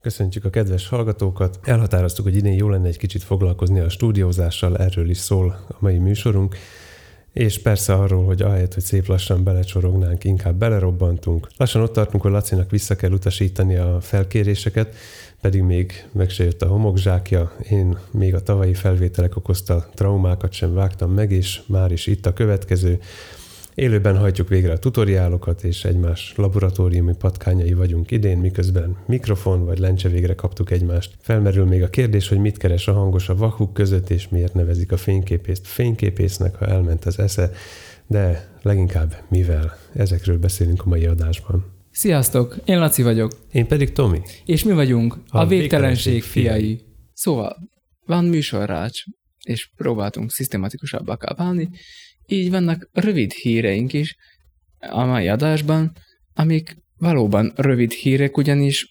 Köszöntjük a kedves hallgatókat! Elhatároztuk, hogy idén jó lenne egy kicsit foglalkozni a stúdiózással, erről is szól a mai műsorunk, és persze arról, hogy ahelyett, hogy szép lassan belecsorognánk, inkább belerobbantunk. Lassan ott tartunk, hogy Lacinak vissza kell utasítani a felkéréseket, pedig még meg se jött a homokzsákja, én még a tavalyi felvételek okozta traumákat sem vágtam meg, és már is itt a következő. Élőben hajtjuk végre a tutoriálokat, és egymás laboratóriumi patkányai vagyunk idén, miközben mikrofon vagy lencse végre kaptuk egymást. Felmerül még a kérdés, hogy mit keres a hangos a vakuk között, és miért nevezik a fényképészt fényképésznek, ha elment az esze, de leginkább mivel. Ezekről beszélünk a mai adásban. Sziasztok, én Laci vagyok. Én pedig Tomi. És mi vagyunk a végtelenség fiai. Szóval, van műsorrács, és próbáltunk szisztematikusabbá válni, így vannak rövid híreink is a mai adásban, amik valóban rövid hírek, ugyanis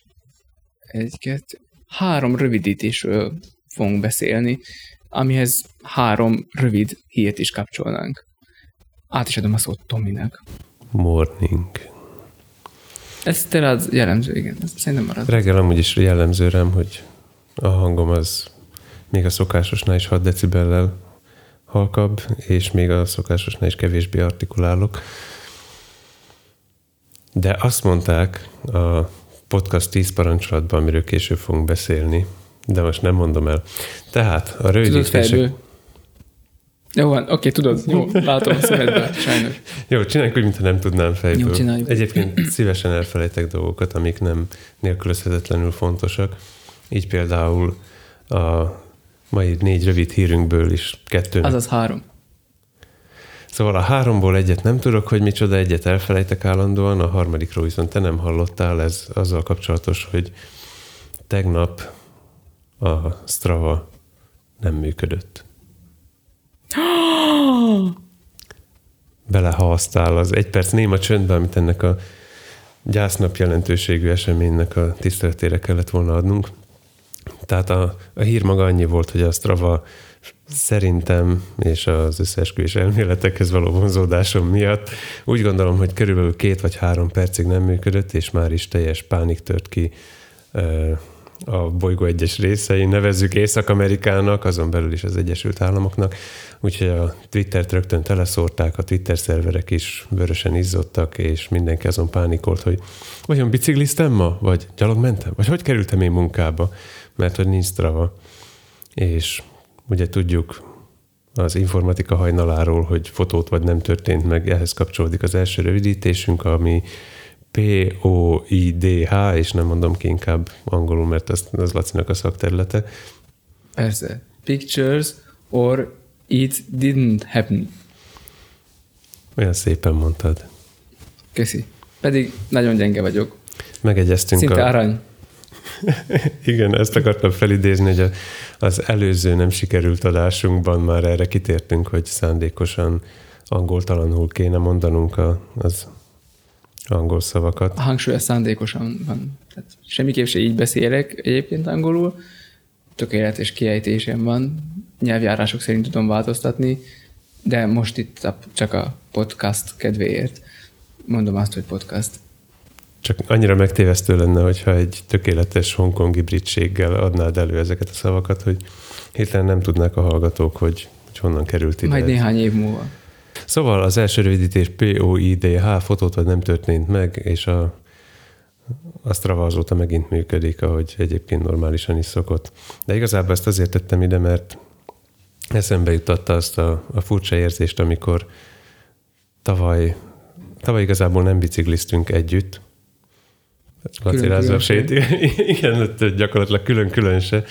3 rövidítésről fogunk beszélni, amihez 3 rövid hírt is kapcsolnánk. Át is adom a szót Tominak. Morning. Ez tényleg jellemző, igen. Ez szerintem marad. Reggel amúgy is jellemző rám, hogy a hangom az még a szokásosnál is 6 decibellel halkabb, és még a szokásosnál is kevésbé artikulálok. De azt mondták a podcast 10 parancsolatban, amiről később fogunk beszélni, de most nem mondom el. Tehát a rövidítések... Jó van, oké, tudod. Jó, látom a szemedben, sajnos. Jó, csináljuk úgy, mintha nem tudnám fejből. Jó, csináljuk. Egyébként szívesen elfelejtek dolgokat, amik nem nélkülözhetetlenül fontosak. Így például a mai 4 rövid hírünkből is 2. Azaz 3. Szóval a 3-ból egyet nem tudok, hogy micsoda, egyet elfelejtek állandóan, a harmadikról viszont te nem hallottál, ez azzal kapcsolatos, hogy tegnap a Strava nem működött. Belehasztál az 1 perc néma csöndbe, amit ennek a gyásznap jelentőségű eseménynek a tiszteletére kellett volna adnunk. Tehát a hír maga annyi volt, hogy a Strava szerintem, és az összeesküvés elméletekhez való vonzódásom miatt úgy gondolom, hogy körülbelül 2 vagy 3 percig nem működött, és már is teljes pánik tört ki a bolygó egyes részein, nevezzük Észak-Amerikának, azon belül is az Egyesült Államoknak, úgyhogy a Twittert rögtön teleszórták, a Twitter szerverek is vörösen izzottak, és mindenki azon pánikolt, hogy vajon bicikliztem ma, vagy gyalog mentem, vagy hogy kerültem én munkába, mert hogy nincs Strava. És ugye tudjuk az informatika hajnaláról, hogy fotót vagy nem történt meg, ehhez kapcsolódik az első rövidítésünk, ami POIDH, és nem mondom ki inkább angolul, mert az Lacinak a szakterülete. Persze. Pictures or it didn't happen. Olyan szépen mondtad. Köszi. Pedig nagyon gyenge vagyok. Megegyeztünk. Szinte arany. Igen, ezt akartam felidézni, hogy az előző nem sikerült adásunkban már erre kitértünk, hogy szándékosan angoltalanul kéne mondanunk az angol szavakat. A hangsúly szándékosan van. Tehát semmiképp se így beszélek egyébként angolul. Tökéletes kiejtésem van. Nyelvjárások szerint tudom változtatni, de most itt csak a podcast kedvéért mondom azt, hogy podcast. Csak annyira megtévesztő lenne, hogyha egy tökéletes hongkongi britséggel adnád elő ezeket a szavakat, hogy hirtelen nem tudnák a hallgatók, hogy honnan került ide. Majd néhány év múlva. Szóval az első rövidítés POIDH, fotót vagy nem történt meg, és a Strava azóta megint működik, ahogy egyébként normálisan is szokott. De igazából ezt azért tettem ide, mert eszembe jutatta azt a furcsa érzést, amikor tavaly igazából nem bicikliztünk együtt. Laci rázza a sét. Igen, gyakorlatilag külön-külön se.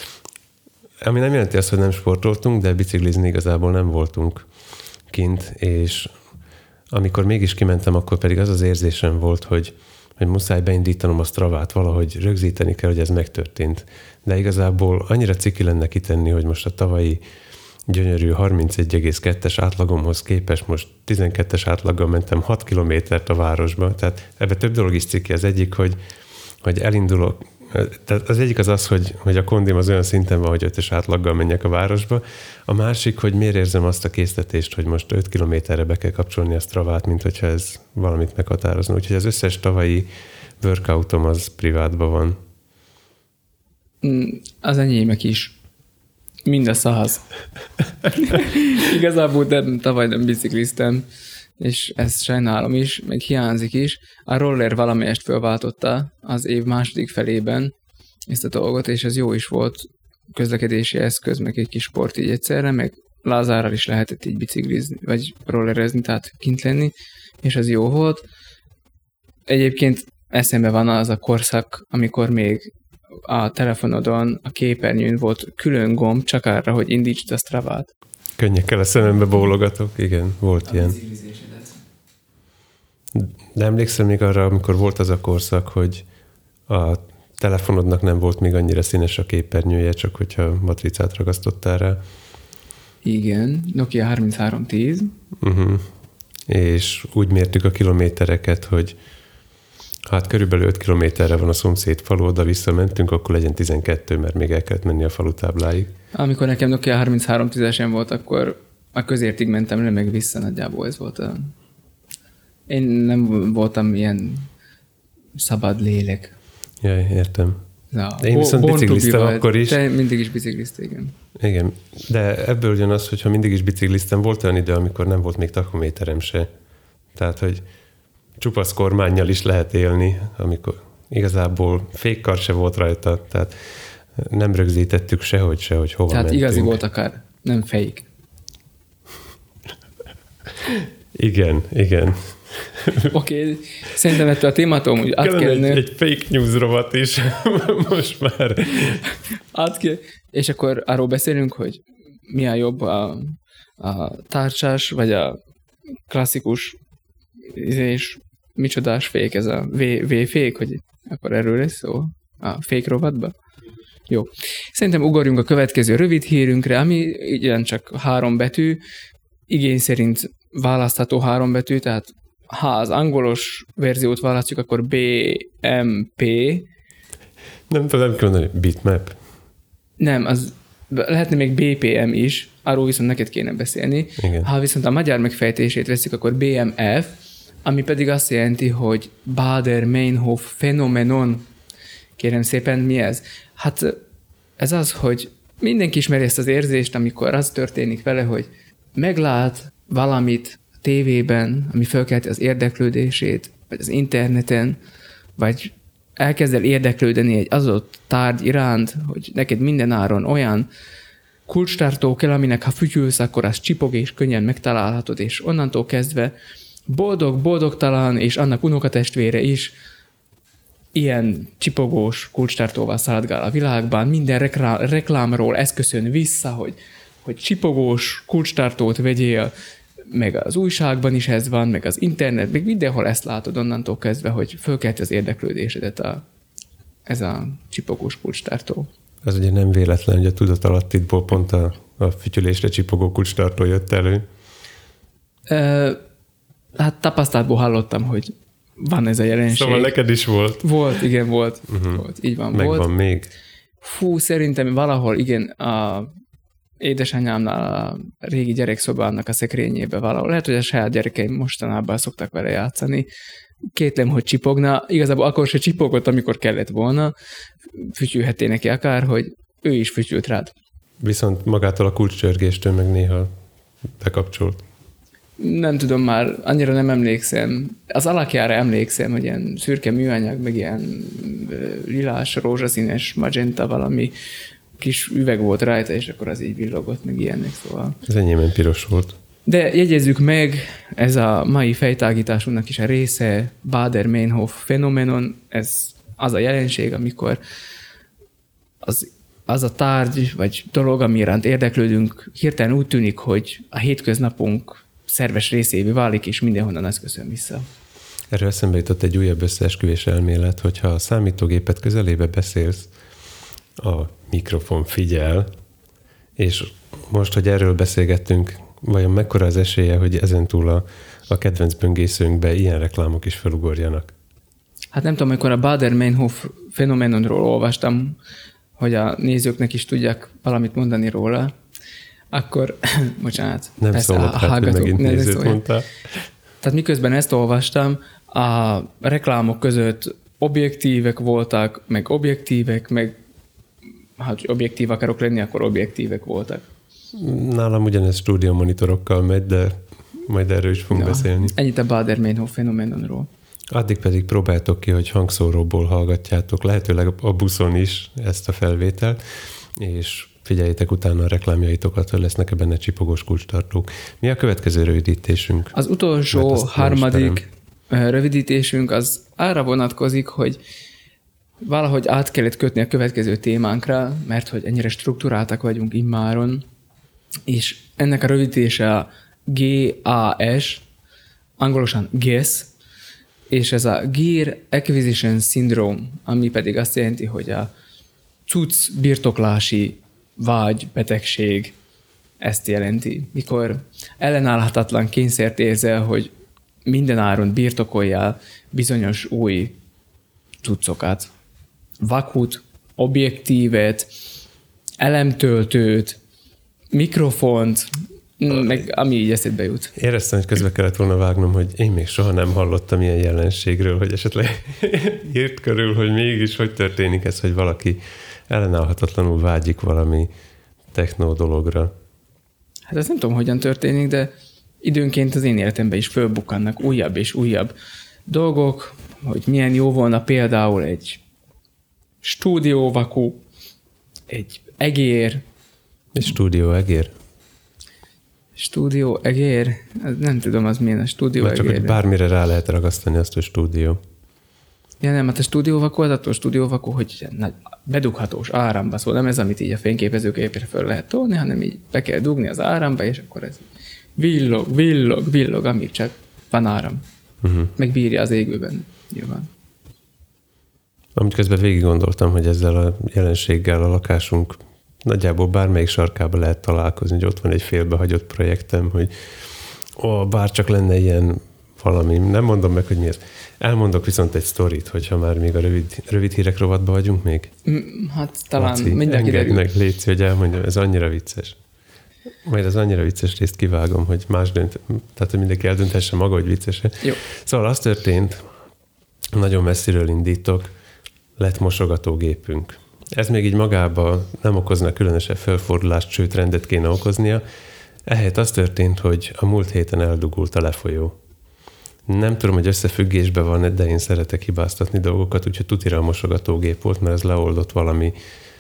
Ami nem jelenti azt, hogy nem sportoltunk, de biciklizni igazából nem voltunk kint, és amikor mégis kimentem, akkor pedig az az érzésem volt, hogy muszáj beindítanom a Stravát, valahogy rögzíteni kell, hogy ez megtörtént. De igazából annyira ciki lenne kitenni, hogy most a tavalyi gyönyörű 31,2-es átlagomhoz képest most 12-es átlaggal mentem 6 kilométert a városba. Tehát ebbe több dolog is ciki. Az egyik, hogy elindulok, tehát az egyik az, hogy a kondim az olyan szinten van, hogy 5-ös átlaggal menjek a városba. A másik, hogy miért érzem azt a késztetést, hogy most 5 kilométerre be kell kapcsolni a Stravát, mint hogyha ez valamit meghatározna. Úgyhogy az összes tavalyi workoutom az privátban van. Az enyémek is. Mind a 100. Igazából tavaly nem bicikliztem, és ezt sajnálom is, meg hiányzik is. A roller valamelyest fölváltotta az év második felében ezt a dolgot, és ez jó is volt, közlekedési eszköz, meg egy kis sport így egyszerre, meg Lázárral is lehetett így biciklizni, vagy rollerezni, tehát kint lenni, és ez jó volt. Egyébként eszembe van az a korszak, amikor még a telefonodon, a képernyőn volt külön gomb csak arra, hogy indítsd a Stravát. Könnyekkel a szemembe bólogatok, igen, volt a ilyen. De emlékszem még arra, amikor volt az a korszak, hogy a telefonodnak nem volt még annyira színes a képernyője, csak hogyha matricát ragasztottál rá. Igen, Nokia 3310. És úgy mértük a kilométereket, hogy hát körülbelül 5 kilométerre van a szomszéd falu, oda visszamentünk, akkor legyen 12, mert még el kellett menni a falutábláig. Amikor nekem Nokia 3310-esen volt, akkor a közértig mentem le, meg vissza nagyjából ez volt a... Én nem voltam ilyen szabad lélek. Jaj, értem. De én viszont bicikliztem akkor is. Te mindig is bicikliztél, igen. Igen, de ebből jön az, hogyha mindig is bicikliztem, volt olyan idő, amikor nem volt még tachométerem se. Tehát, hogy csupasz kormánnyal is lehet élni, amikor igazából fékkar se volt rajta, tehát nem rögzítettük sehogy hova tehát mentünk. Tehát igazi volt akár, nem fake. Igen. Oké, szerintem ettől a témától úgy át kellene... Egy fake news rovat is most már. És akkor arról beszélünk, hogy mi a jobb a tárcsás, vagy a klasszikus és micsodás fake, ez a V-fake, hogy akkor erről lesz szó a fake rovatba? Jó. Szerintem ugorjunk a következő rövid hírünkre, ami ugyancsak 3 betű, igény szerint választható 3 betű, tehát ha az angolos verziót választjuk, akkor BMP. Nem tudom mondani, bitmap. Nem, az lehetne még BPM is, arról viszont neked kéne beszélni. Igen. Ha viszont a magyar megfejtését veszik, akkor BMF, ami pedig azt jelenti, hogy Baader-Meinhof fenomenon. Kérem szépen, mi ez? Hát ez az, hogy mindenki ismeri ezt az érzést, amikor az történik vele, hogy meglát valamit a tévében, ami felkelti az érdeklődését, vagy az interneten, vagy elkezd el érdeklődni egy adott tárgy iránt, hogy neked mindenáron olyan kulcstartó kell, aminek ha fütyülsz, akkor az csipog és könnyen megtalálhatod, és onnantól kezdve boldogtalan, és annak unokatestvére is ilyen csipogós kulcstartóval szaladgál a világban, minden reklámról ez köszön vissza, hogy csipogós kulcstartót vegyél, meg az újságban is ez van, meg az internet, meg mindenhol ezt látod onnantól kezdve, hogy fölkelti az érdeklődésedet ez a csipogós kulcstartó. Az ugye nem véletlen, hogy a tudatalattidból pont a fütyülésre csipogó kulcstartó jött elő. Hát tapasztalatból hallottam, hogy van ez a jelenség. Szóval neked is volt. Volt, igen, volt. Volt, így van, meg volt. Van még. Fú, szerintem valahol, igen, a édesanyámnál a régi gyerekszobának a szekrényébe valahol. Lehet, hogy a saját gyerekeim mostanában szoktak vele játszani. Kétlem, hogy csipogna. Igazából akkor se csipogott, amikor kellett volna. Fütyülhetné neki akár, hogy ő is fütyült rád. Viszont magától a kulcscsörgéstől meg néha bekapcsolt. Nem tudom már, annyira nem emlékszem. Az alakjára emlékszem, hogy ilyen szürke műanyag, meg ilyen lilás, rózsaszínes, magenta valami kis üveg volt rajta, és akkor az így villogott, meg ilyenek, szóval. Ez enyémben piros volt. De jegyezzük meg, ez a mai fejtágításunknak is a része, Baader-Meinhof fenomenon, ez az a jelenség, amikor az a tárgy, vagy dolog, ami iránt érdeklődünk, hirtelen úgy tűnik, hogy a hétköznapunk szerves részévé válik, és mindenhonnan ezt köszön vissza. Erről eszembe jutott egy újabb összeesküvés elmélet, hogyha a számítógépet közelébe beszélsz, a mikrofon figyel, és most, hogy erről beszélgettünk, vajon mekkora az esélye, hogy ezentúl a kedvenc böngészőnkbe ilyen reklámok is felugorjanak? Hát nem tudom, amikor a Baader-Meinhof fenomenonról olvastam, hogy a nézőknek is tudják valamit mondani róla, akkor, bocsánat. Nem szólott hát, hogy megint nézőt mondtál. Tehát miközben ezt olvastam, a reklámok között objektívek voltak, meg ha objektív akarok lenni, akkor objektívek voltak. Nálam ugyanez stúdiómonitorokkal megy, de majd erről is fogunk beszélni. Ennyit a Baader-Meinhof fenomenonról. Addig pedig próbáltok ki, hogy hangszóróból hallgatjátok, lehetőleg a buszon is ezt a felvételt, és figyeljétek utána a reklámjaitokat, hogy lesznek benne csipogós kulcstartók. Mi a következő rövidítésünk? Az utolsó, harmadik rövidítésünk az arra vonatkozik, hogy valahogy át kellett kötni a következő témánkra, mert hogy ennyire struktúráltak vagyunk immáron, és ennek a rövidítése a GAS, angolosan GAS, és ez a Gear Acquisition Syndrome, ami pedig azt jelenti, hogy a cucc birtoklási vágy, betegség ezt jelenti. Mikor ellenállhatatlan kényszert érzel, hogy minden áron birtokoljál bizonyos új cuccokat. Vakut, objektívet, elemtöltőt, mikrofont, meg ami így eszedbe jut. Éreztem, hogy közbe kellett volna vágnom, hogy én még soha nem hallottam ilyen jelenségről, hogy esetleg írt körül, hogy mégis hogy történik ez, hogy valaki ellenállhatatlanul vágyik valami techno dologra. Hát ezt nem tudom, hogyan történik, de időnként az én életemben is fölbukkannak újabb és újabb dolgok, hogy milyen jó volna például egy stúdióvaku, egy egér. Egy stúdió egér? Stúdió egér? Nem tudom, az milyen a stúdió egér. Csak hogy bármire rá lehet ragasztani azt a stúdió. Ja nem, hát a stúdióvaku az attól stúdióvaku, hogy bedughatós áramba, szóval nem ez, amit így a fényképezőgépre föl lehet tolni, hanem így be kell dugni az áramba, és akkor ez villog, amíg csak van áram. Meg bírja az égőben, nyilván. Amit közben végig gondoltam, hogy ezzel a jelenséggel a lakásunk nagyjából bármelyik sarkában lehet találkozni, hogy ott van egy félbehagyott projektem, hogy bár csak lenne ilyen valami, nem mondom meg, hogy mi ez. Elmondok viszont egy sztorit, hogyha már még a rövid hírek rovatba vagyunk még. Hát talán Laci, mindenki engedd meg, légy, hogy elmondjam, ez annyira vicces. Majd az annyira vicces részt kivágom, hogy más dönt, tehát hogy mindenki eldönthesse maga, hogy vicces. Jó. Szóval az történt, nagyon messziről indítok, lett mosogatógépünk. Ez még így magában nem okozna különösebb felfordulást, sőt rendet kéne okoznia. Ehelyett az történt, hogy a múlt héten eldugult a lefolyó. Nem tudom, hogy összefüggésben van, de én szeretek hibáztatni dolgokat, úgyhogy tutira a mosogatógép volt, mert ez leoldott valami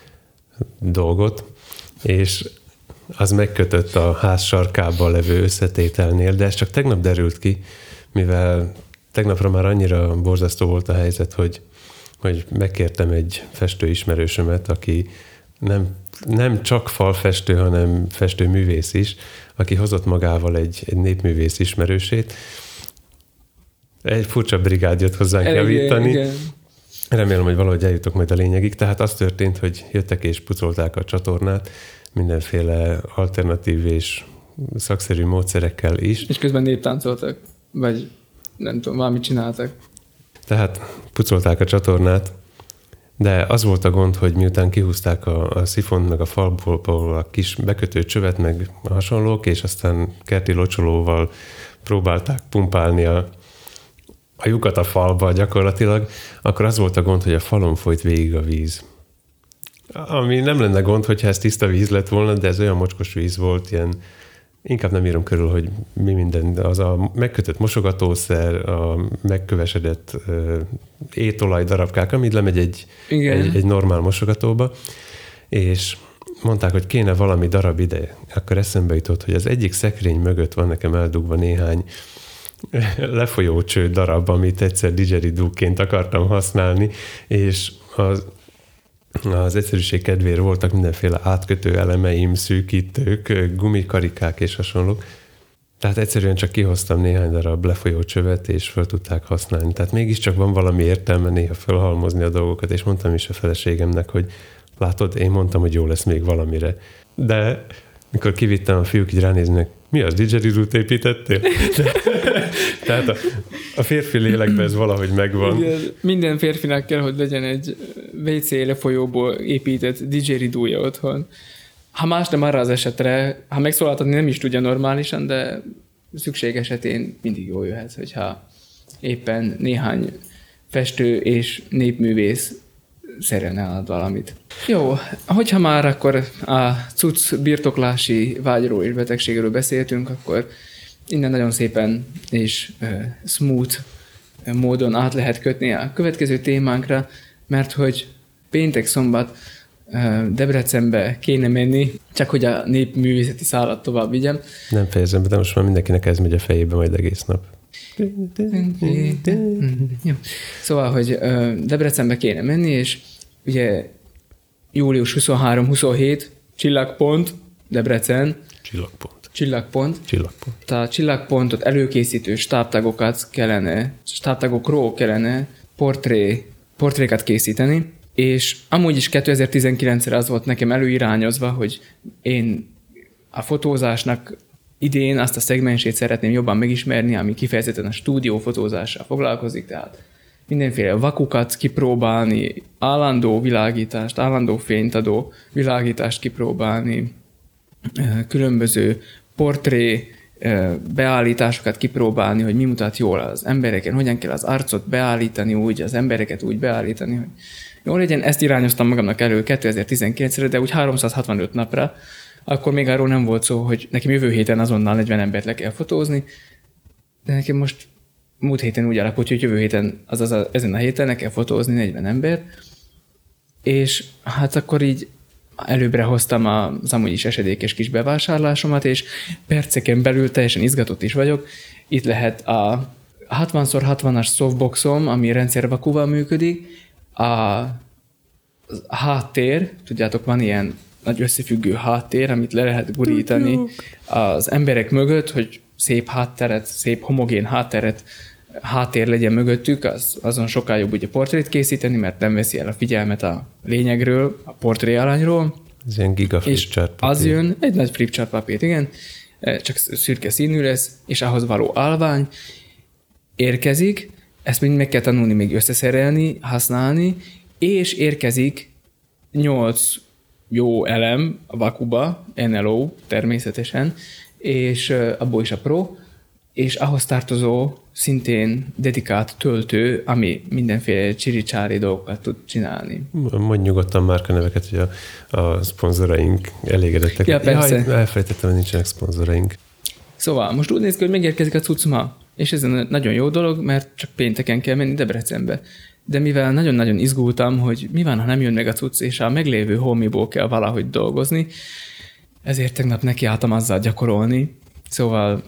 dolgot, és az megkötött a ház sarkában levő összetételnél, de ez csak tegnap derült ki, mivel tegnapra már annyira borzasztó volt a helyzet, hogy megkértem egy festőismerősömet, aki nem csak falfestő, hanem festőművész is, aki hozott magával egy népművész ismerősét. Egy furcsa brigád jött hozzánk javítani. Igen. Remélem, hogy valahogy eljutok majd a lényegig. Tehát az történt, hogy jöttek és pucolták a csatornát mindenféle alternatív és szakszerű módszerekkel is. És közben néptáncoltak, vagy nem tudom, valamit csináltak. Tehát pucolták a csatornát, de az volt a gond, hogy miután kihúzták a szifont, meg a falból a kis bekötő csövet, meg hasonlók, és aztán kerti locsolóval próbálták pumpálni a lyukat a falba gyakorlatilag, akkor az volt a gond, hogy a falon folyt végig a víz. Ami nem lenne gond, hogyha ez tiszta víz lett volna, de ez olyan mocskos víz volt, ilyen, inkább nem írom körül, hogy mi minden, az a megkötött mosogatószer, a megkövesedett étolaj darabkák, amit lemegy egy normál mosogatóba, és mondták, hogy kéne valami darab ide. Akkor eszembe jutott, hogy az egyik szekrény mögött van nekem eldugva néhány lefolyócső darab, amit egyszer didgeridoo-ként akartam használni, és az egyszerűség kedvéért voltak mindenféle átkötő elemeim, szűkítők, gumikarikák és hasonlók. Tehát egyszerűen csak kihoztam néhány darab lefolyó csövet, és föl tudták használni. Tehát mégiscsak van valami értelme néha felhalmozni a dolgokat, és mondtam is a feleségemnek, hogy látod, én mondtam, hogy jó lesz még valamire. De mikor kivittem, a fiúk így ránéznek, mi az, didgeridoo-t építettél? Tehát a férfi lélekben ez valahogy megvan. Igen, minden férfinak kell, hogy legyen egy WC lefolyóból épített didgeridoo-ja otthon. Ha más nem arra az esetre, ha megszólaltatni nem is tudja normálisan, de szükség esetén mindig jól jöhet, hogyha éppen néhány festő és népművész szerelne át valamit. Jó, hogyha már akkor a cucc birtoklási vágyról és betegségről beszéltünk, akkor innen nagyon szépen és smooth módon át lehet kötni a következő témánkra, mert hogy péntek-szombat Debrecenbe kéne menni, csak hogy a népművészeti szállat tovább vigyem. Nem fejezem be, de most már mindenkinek ez megy a fejébe majd egész nap. Jó. Szóval, hogy Debrecenbe kéne menni, és ugye július 23-27, csillagpont, Debrecen. Csillagpont. A csillagpontot előkészítő stábtagokról kellene portrékat készíteni, és amúgy is 2019-re az volt nekem előirányozva, hogy én a fotózásnak idén azt a szegmensét szeretném jobban megismerni, ami kifejezetten a stúdiófotózással foglalkozik, tehát mindenféle vakukat kipróbálni, állandó világítást, állandó fényt adó világítást kipróbálni, különböző portré beállításokat kipróbálni, hogy mi mutat jól az embereken, hogyan kell az arcot beállítani úgy, az embereket úgy beállítani, hogy jól legyen. Ezt irányoztam magamnak elő 2019-re, de úgy 365 napra. Akkor még arról nem volt szó, hogy nekem jövő héten azonnal 40 embert le kell fotózni, de nekem most múlt héten úgy alakult, hogy jövő héten, azaz ezen a héten le kell fotózni 40 embert, és hát akkor így előbbre hoztam az amúgy is esedékes kis bevásárlásomat, és perceken belül teljesen izgatott is vagyok. Itt lehet a 60x60-as softboxom, ami rendszervakúval működik, a háttér, tudjátok, van ilyen nagy összefüggő háttér, amit le lehet gurítani az emberek mögött, hogy szép hátteret, szép homogén háttér legyen mögöttük, azon sokkal jobb ugye portrét készíteni, mert nem veszi el a figyelmet a lényegről, a portréalanyról. Ez ilyen giga flipchart papír. Az jön, egy nagy flipchart papír, igen, csak szürke színű lesz, és ahhoz való állvány érkezik, ezt mind meg kell tanulni még összeszerelni, használni, és érkezik 8 jó elem a vakuba, NLO természetesen, és abból is a Pro, és ahhoz tartozó szintén dedikált töltő, ami mindenféle csiricsári dolgokat tud csinálni. Mondj nyugodtan márkaneveket, hogy a szponzoraink elégedettek. Ja, persze. Elfelejtettem, hogy nincsenek szponzoraink. Szóval most úgy néz ki, hogy megérkezik a cucc ma, és ez egy nagyon jó dolog, mert csak pénteken kell menni Debrecenbe. De mivel nagyon-nagyon izgultam, hogy mi van, ha nem jön meg a cucc, és a meglévő holmiból kell valahogy dolgozni, ezért tegnap nekiálltam azzal gyakorolni. Szóval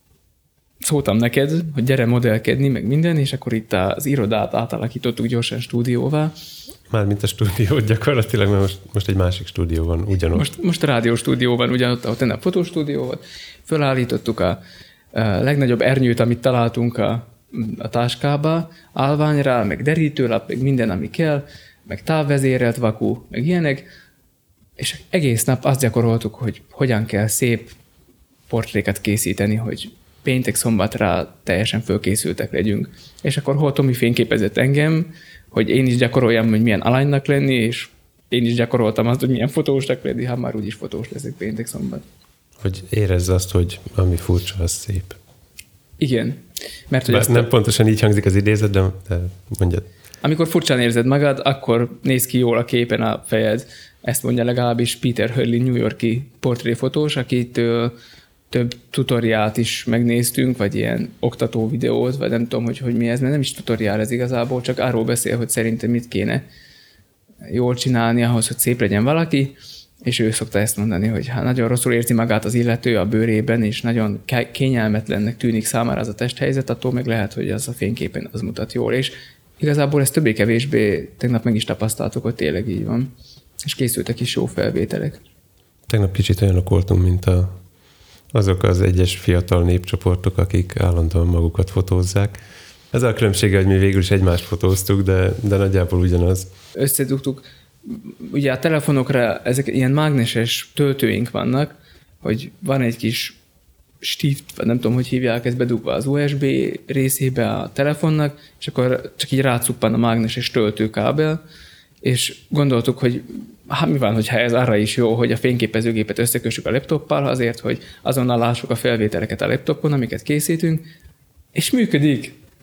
szóltam neked, hogy gyere modellkedni, meg minden, és akkor itt az irodát átalakítottuk gyorsan stúdióvá. Mármint a stúdiót gyakorlatilag, mert most egy másik stúdió van ugyanott. Most a rádióstúdió van ugyanott, ahol tenne a fotostúdió volt. Fölállítottuk a legnagyobb ernyőt, amit találtunk a táskába, állványra, meg derítőlap, meg minden, ami kell, meg távvezérelt vaku, meg ilyenek, és egész nap azt gyakoroltuk, hogy hogyan kell szép portrékat készíteni, hogy péntek-szombatra teljesen fölkészültek legyünk. És akkor hol Tomi fényképezett engem, hogy én is gyakoroljam, hogy milyen alanynak lenni, és én is gyakoroltam azt, hogy milyen fotósnak lenni, hát már úgyis fotós leszek péntek-szombat. Hogy érezz azt, hogy ami furcsa, az szép. Igen. Mert hogy nem pontosan így hangzik az idézet, de mondjad. Amikor furcsán érzed magad, akkor néz ki jól a képen a fejed. Ezt mondja legalábbis Peter Hurley, New York-i portréfotós, akitől több tutoriált is megnéztünk, vagy ilyen oktató videót, vagy nem tudom, hogy mi ez, mert nem is tutoriál ez igazából, csak arról beszél, hogy szerintem mit kéne jól csinálni ahhoz, hogy szép legyen valaki, és ő szokta ezt mondani, hogy ha nagyon rosszul érzi magát az illető a bőrében, és nagyon kényelmetlennek tűnik számára az a testhelyzet, attól meg lehet, hogy az a fényképen az mutat jól, és igazából ezt többé-kevésbé tegnap meg is tapasztaltuk, hogy tényleg így van, és készültek is jó felvételek. Tegnap kicsit olyanok voltunk, mint azok az egyes fiatal népcsoportok, akik állandóan magukat fotózzák. Ez a különbsége, hogy mi végül is egymást fotóztuk, de nagyjából ugyanaz. Összedugtuk. Ugye a telefonokra ezek ilyen mágneses töltőink vannak, hogy van egy kis stift, vagy nem tudom, hogy hívják, ez bedugva az USB részébe a telefonnak, és akkor csak így rácuppan a mágneses töltőkábel, és gondoltuk, hogy mi van, hogyha ez arra is jó, hogy a fényképezőgépet összekössük a laptoppal, azért, hogy azonnal lássuk a felvételeket a laptopon, amiket készítünk, és működik.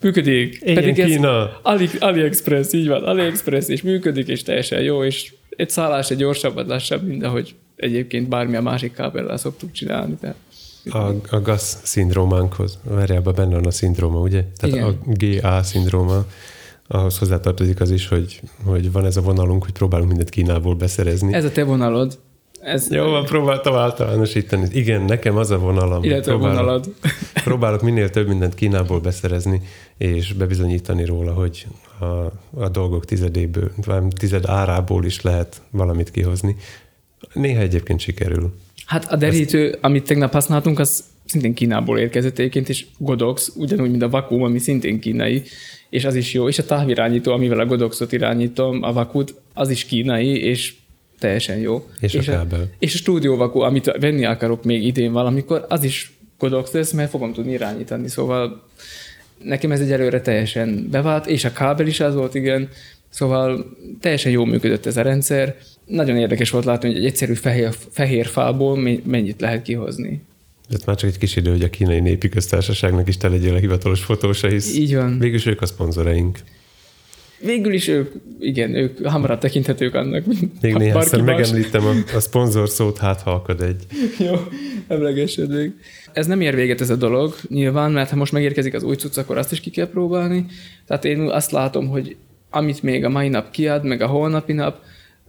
Működik. Pedig Kína. AliExpress, így van, AliExpress, és működik, és teljesen jó, és egy szállás egy gyorsabban lassabb, mint ahogy egyébként bármilyen másik kábellel szoktuk csinálni. Tehát. A GAS szindrómánkhoz, várjában benne van a szindróma, ugye? Tehát igen. A GA szindróma, ahhoz hozzátartozik az is, hogy van ez a vonalunk, hogy próbálunk mindent Kínából beszerezni. Ez a te vonalod. Jó, van, próbáltam általánosítani. Igen, nekem az a vonalam. Illetve vonalad. Próbálok minél több mindent Kínából beszerezni, és bebizonyítani róla, hogy a dolgok tized árából is lehet valamit kihozni. Néha egyébként sikerül. Hát a derítő, amit tegnap használtunk, az szintén Kínából érkezett egyébként, és Godox, ugyanúgy, mint a Vacuum, ami szintén kínai, és az is jó. És a távirányító, amivel a Godoxot irányítom, a Vakut, az is kínai, és teljesen jó. És a kábel. És a Studio Vaku, amit venni akarok még idén valamikor, az is Godox lesz, mert fogom tudni irányítani. Szóval nekem ez egyelőre teljesen bevált, és a kábel is az volt, igen. Szóval teljesen jól működött ez a rendszer. Nagyon érdekes volt látni, hogy egy egyszerű fehér fából mennyit lehet kihozni. Ez már csak egy kis idő, hogy a Kínai Népi Köztársaságnak is te legyél a hivatalos fotósa, hisz így van. Végülis ők a szponzoraink. Végül is ők hamarabb tekinthetők annak, mint még néhányszor megemlítem a szponzor szót, hát ha akad egy. Jó, emlegessed még. Ez nem ér véget ez a dolog, nyilván, mert ha most megérkezik az új cucc, akkor azt is ki kell próbálni. Tehát én azt látom, hogy amit még a mai nap kiad, meg a holnapi nap,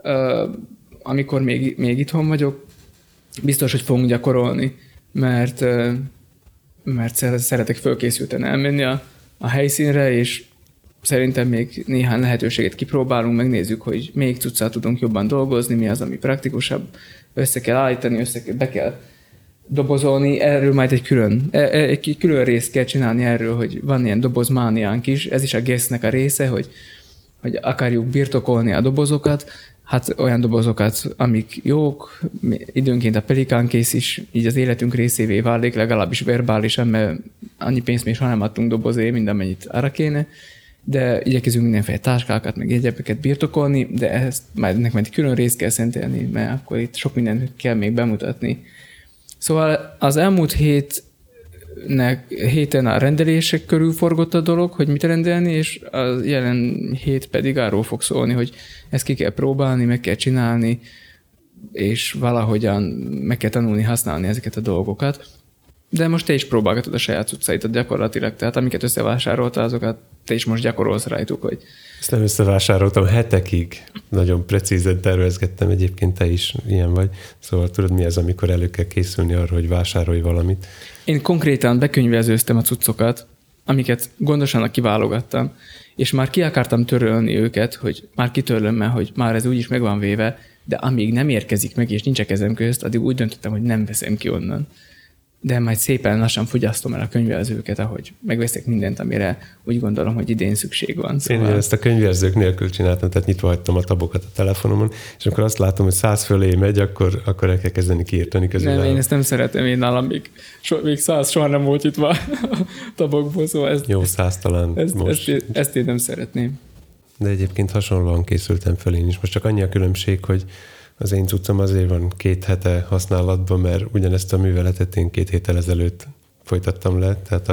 amikor még itthon vagyok, biztos, hogy fogunk gyakorolni, mert szeretek fölkészülten elmenni a helyszínre, és szerintem még néhány lehetőséget kipróbálunk, megnézzük, hogy még cuccal tudunk jobban dolgozni, mi az, ami praktikusabb, össze kell állítani, be kell dobozolni, erről majd egy külön részt kell csinálni erről, hogy van ilyen dobozmániánk is, ez is a GESZ-nek a része, hogy akarjuk birtokolni a dobozokat, hát olyan dobozokat, amik jók, időnként a pelikánkész is így az életünk részévé válik, legalábbis verbálisan, mert annyi pénzt még soha nem adtunk dobozért, mint amennyit arra kéne, de igyekezünk mindenféle táskákat, meg egyebeket birtokolni, de ennek majd külön részt kell szentelni, mert akkor itt sok mindent kell még bemutatni. Szóval az elmúlt héten a rendelések körül forgott a dolog, hogy mit rendelni, és a jelen hét pedig arról fog szólni, hogy ezt ki kell próbálni, meg kell csinálni, és valahogyan meg kell tanulni használni ezeket a dolgokat. De most te is próbálgatod a saját cuccaidat gyakorlatilag, tehát amiket összevásároltál, azokat te is most gyakorolsz rajtuk, hogy... Ezt nem összevásároltam hetekig, nagyon precízen tervezgettem, egyébként te is ilyen vagy, szóval tudod mi az, amikor elő kell készülni arra, hogy vásárolj valamit. Én konkrétan bekönyvezőztem a cuccokat, amiket gondosan kiválogattam, és már ki akartam törölni őket, hogy már kitörlöm, mert hogy már ez úgyis meg van véve, de amíg nem érkezik meg, és nincs a kezem közt, addig úgy döntöttem, hogy nem veszem ki onnan. De majd szépen lassan fogyasztom el a könyvelzőket, ahogy megveszek mindent, amire úgy gondolom, hogy idén szükség van. Szóval... Én ezt a könyvelzők nélkül csináltam, tehát nyitva hagytam a tabokat a telefonomon, és akkor azt látom, hogy 100 fölé megy, akkor el kell kezdeni kiírtani közül. Nem, én ezt nem szeretem, én nálam még 100 soha nem volt nyitva a tabokból, szóval jó, 100 talán most. Ezt én nem szeretném. De egyébként hasonlóan készültem fel én is. Most csak annyi a különbség, hogy az én cuccom azért van 2 hete használatban, mert ugyanezt a műveletet én 2 héttel ezelőtt folytattam le, tehát